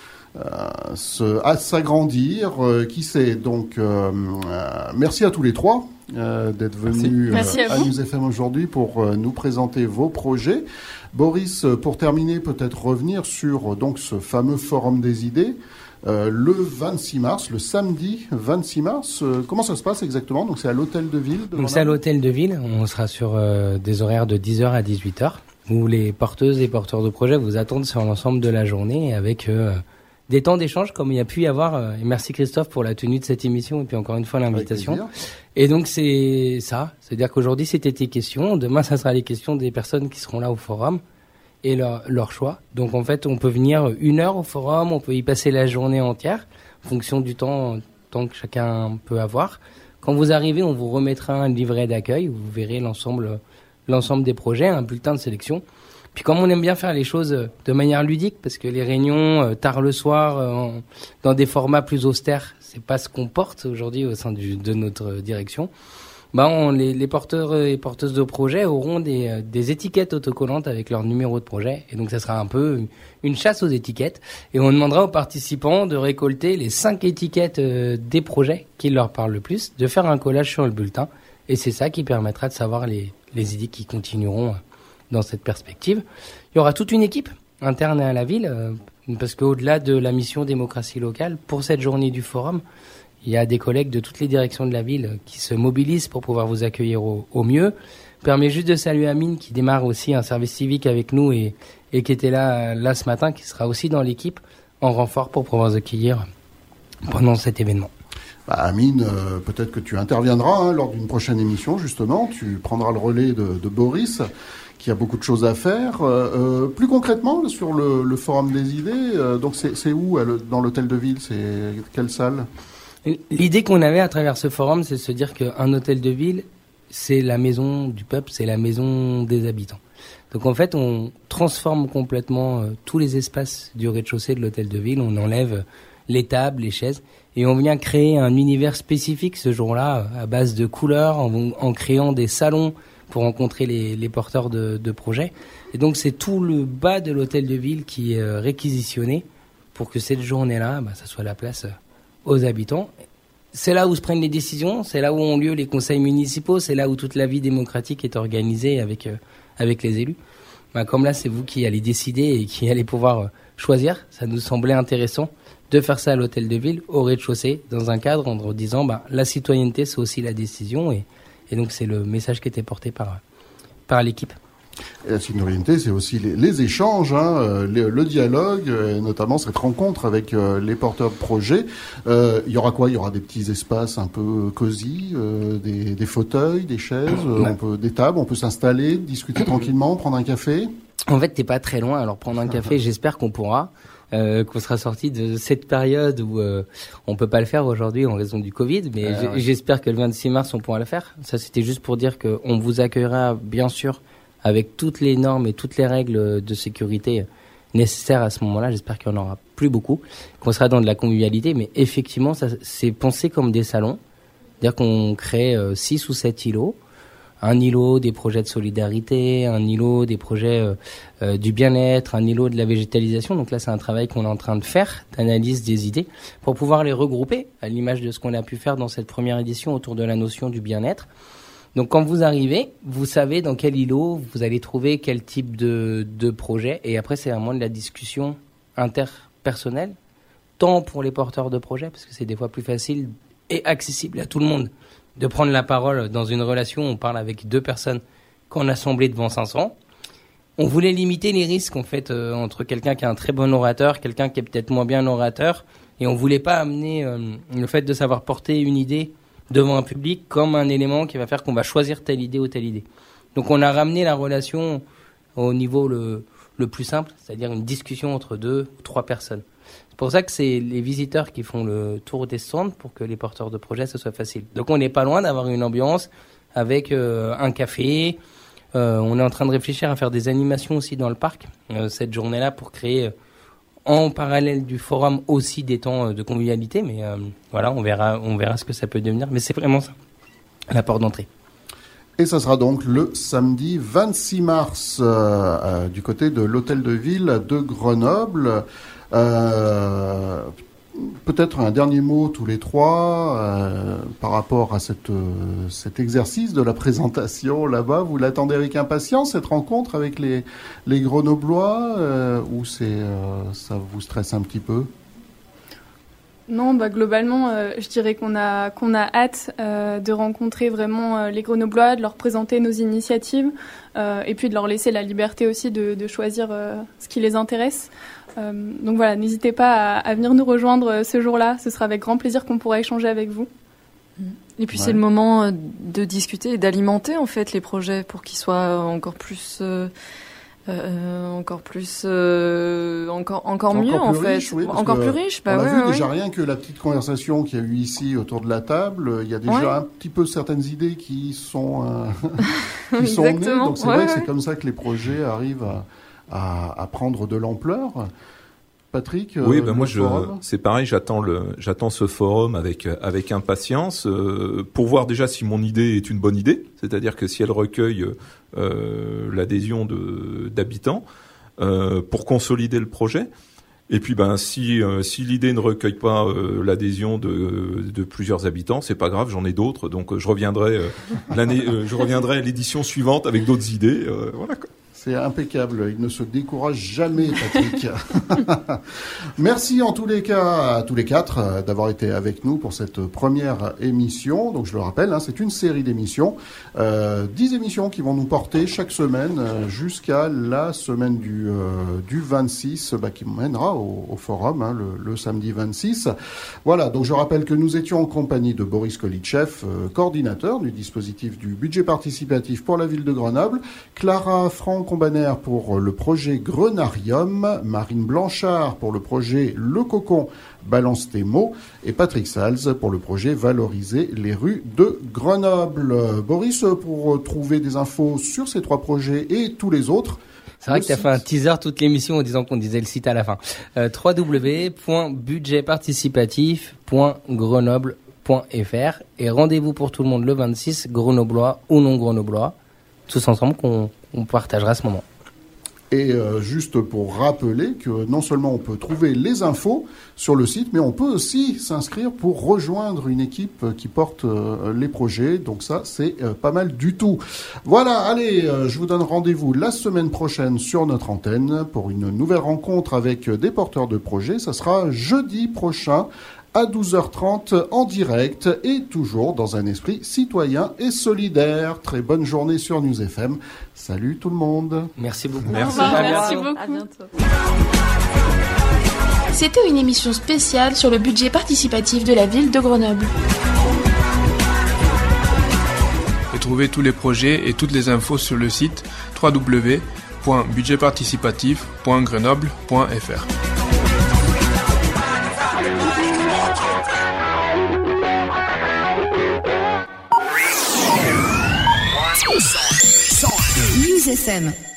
à s'agrandir, qui sait. Donc merci à tous les trois d'être venus à News FM aujourd'hui pour nous présenter vos projets. Boris, pour terminer, peut-être revenir sur donc ce fameux Forum des idées. Le 26 mars, le samedi 26 mars, comment ça se passe exactement ? Donc c'est à l'hôtel de ville. Donc c'est à l'hôtel de ville, on sera sur des horaires de 10h à 18h, où les porteuses et porteurs de projets vous attendent sur l'ensemble de la journée avec des temps d'échange comme il y a pu y avoir. Et merci Christophe pour la tenue de cette émission et puis encore une fois l'invitation. Et donc c'est ça, c'est-à-dire qu'aujourd'hui c'était tes questions, demain ça sera les questions des personnes qui seront là au forum. Et leur choix. Donc en fait, on peut venir 1 heure au forum, on peut y passer la journée entière, en fonction du temps que chacun peut avoir. Quand vous arrivez, on vous remettra un livret d'accueil, où vous verrez l'ensemble des projets, un bulletin de sélection. Puis comme on aime bien faire les choses de manière ludique, parce que les réunions tard le soir, dans des formats plus austères, c'est pas ce qu'on porte aujourd'hui au sein de notre direction. Les porteurs et porteuses de projets auront des étiquettes autocollantes avec leur numéro de projet. Et donc, ça sera un peu une chasse aux étiquettes. Et on demandera aux participants de récolter les 5 étiquettes des projets qui leur parlent le plus, de faire un collage sur le bulletin. Et c'est ça qui permettra de savoir les idées qui continueront dans cette perspective. Il y aura toute une équipe interne à la ville, parce qu'au-delà de la mission démocratie locale, pour cette journée du forum, Il y a des collègues de toutes les directions de la ville qui se mobilisent pour pouvoir vous accueillir au mieux. Permet juste de saluer Amine qui démarre aussi un service civique avec nous et qui était là ce matin, qui sera aussi dans l'équipe en renfort pour pouvoir vous accueillir pendant cet événement. Amine, peut-être que tu interviendras lors d'une prochaine émission, justement. Tu prendras le relais de Boris, qui a beaucoup de choses à faire. Plus concrètement, sur le Forum des idées, donc c'est où dans l'hôtel de ville? C'est quelle salle? L'idée qu'on avait à travers ce forum, c'est de se dire qu'un hôtel de ville, c'est la maison du peuple, c'est la maison des habitants. Donc en fait, on transforme complètement tous les espaces du rez-de-chaussée de l'hôtel de ville. On enlève les tables, les chaises, et on vient créer un univers spécifique ce jour-là, à base de couleurs, en créant des salons pour rencontrer les porteurs de projets. Et donc c'est tout le bas de l'hôtel de ville qui est réquisitionné pour que cette journée-là, ça soit la place aux habitants. C'est là où se prennent les décisions, c'est là où ont lieu les conseils municipaux, c'est là où toute la vie démocratique est organisée avec les élus. Comme là, c'est vous qui allez décider et qui allez pouvoir choisir. Ça nous semblait intéressant de faire ça à l'hôtel de ville, au rez-de-chaussée, dans un cadre en disant la citoyenneté, c'est aussi la décision. Et donc, c'est le message qui était porté par l'équipe. Et la citoyenneté, c'est aussi les échanges, le dialogue, et notamment cette rencontre avec les porteurs de projets. Il y aura quoi? Il y aura des petits espaces un peu cosy, des fauteuils, des chaises, des tables, on peut s'installer, discuter tranquillement, prendre un café. En fait, t'es pas très loin, alors prendre un café, j'espère qu'on pourra, qu'on sera sorti de cette période où on peut pas le faire aujourd'hui en raison du Covid, mais j'espère que le 26 mars, on pourra le faire. Ça, c'était juste pour dire qu'on vous accueillera, bien sûr, avec toutes les normes et toutes les règles de sécurité nécessaires à ce moment-là. J'espère qu'il n'y en aura plus beaucoup, qu'on sera dans de la convivialité, mais effectivement, ça, c'est pensé comme des salons. C'est-à-dire qu'on crée 6 ou 7 îlots. Un îlot des projets de solidarité, un îlot des projets du bien-être, un îlot de la végétalisation. Donc là, c'est un travail qu'on est en train de faire, d'analyse des idées, pour pouvoir les regrouper, à l'image de ce qu'on a pu faire dans cette première édition autour de la notion du bien-être. Donc quand vous arrivez, vous savez dans quel îlot vous allez trouver quel type de projet. Et après, c'est vraiment de la discussion interpersonnelle, tant pour les porteurs de projets, parce que c'est des fois plus facile et accessible à tout le monde de prendre la parole dans une relation où on parle avec 2 personnes qu'on a assemblées devant 500. On voulait limiter les risques, en fait, entre quelqu'un qui est un très bon orateur, quelqu'un qui est peut-être moins bien orateur. Et on voulait pas amener le fait de savoir porter une idée devant un public comme un élément qui va faire qu'on va choisir telle idée ou telle idée. Donc on a ramené la relation au niveau le plus simple, c'est-à-dire une discussion entre 2 ou 3 personnes. C'est pour ça que c'est les visiteurs qui font le tour des stands pour que les porteurs de projets, ce soit facile. Donc on n'est pas loin d'avoir une ambiance avec un café. On est en train de réfléchir à faire des animations aussi dans le parc cette journée-là pour créer en parallèle du forum aussi des temps de convivialité, mais voilà, on verra ce que ça peut devenir. Mais c'est vraiment ça, la porte d'entrée. Et ça sera donc le samedi 26 mars du côté de l'hôtel de ville de Grenoble. Peut-être un dernier mot tous les 3 par rapport à cet exercice de la présentation là-bas. Vous l'attendez avec impatience, cette rencontre avec les Grenoblois, ou ça vous stresse un petit peu? Non, globalement, je dirais qu'on a hâte de rencontrer vraiment les Grenoblois, de leur présenter nos initiatives et puis de leur laisser la liberté aussi de choisir ce qui les intéresse. Donc voilà, n'hésitez pas à venir nous rejoindre ce jour-là. Ce sera avec grand plaisir qu'on pourra échanger avec vous. Et puis c'est le moment de discuter et d'alimenter en fait les projets pour qu'ils soient encore mieux en fait, riche, oui, encore plus riche. On a vu déjà rien que la petite conversation qu'il y a eu ici autour de la table. Il y a déjà un petit peu certaines idées qui sont nées. Donc c'est vrai que c'est comme ça que les projets arrivent à prendre de l'ampleur. Patrick, oui, moi c'est pareil, j'attends ce forum avec impatience pour voir déjà si mon idée est une bonne idée, c'est-à-dire que si elle recueille l'adhésion d'habitants pour consolider le projet. Et puis si l'idée ne recueille pas l'adhésion de plusieurs habitants, c'est pas grave, j'en ai d'autres, donc je reviendrai à l'édition suivante avec d'autres idées, voilà quoi. C'est impeccable. Il ne se décourage jamais, Patrick. Merci en tous les cas à tous les quatre d'avoir été avec nous pour cette première émission. Donc je le rappelle, c'est une série d'émissions, 10 émissions qui vont nous porter chaque semaine jusqu'à la semaine du 26, qui mènera au forum le samedi 26. Voilà. Donc je rappelle que nous étions en compagnie de Boris Kolitchev, coordinateur du dispositif du budget participatif pour la ville de Grenoble, Clara Franck-Combaner pour le projet Grenarium, Marine Blanchard pour le projet Le Cocon, Balance tes mots, et Patrick Salz pour le projet Valoriser les rues de Grenoble. Boris, pour trouver des infos sur ces 3 projets et tous les autres, c'est vrai que tu as fait un teaser toute l'émission en disant qu'on disait le site à la fin. www.budgetparticipatif.grenoble.fr et rendez-vous pour tout le monde le 26, grenoblois ou non grenoblois, tous ensemble qu'on partagera ce moment. Et juste pour rappeler que non seulement on peut trouver les infos sur le site, mais on peut aussi s'inscrire pour rejoindre une équipe qui porte les projets. Donc ça, c'est pas mal du tout. Voilà, allez, je vous donne rendez-vous la semaine prochaine sur notre antenne pour une nouvelle rencontre avec des porteurs de projets. Ça sera jeudi prochain à 12h30 en direct et toujours dans un esprit citoyen et solidaire. Très bonne journée sur News FM. Salut tout le monde. Merci beaucoup. Merci. Merci beaucoup. À bientôt. C'était une émission spéciale sur le budget participatif de la ville de Grenoble. Retrouvez tous les projets et toutes les infos sur le site www.budgetparticipatif.grenoble.fr. News FM.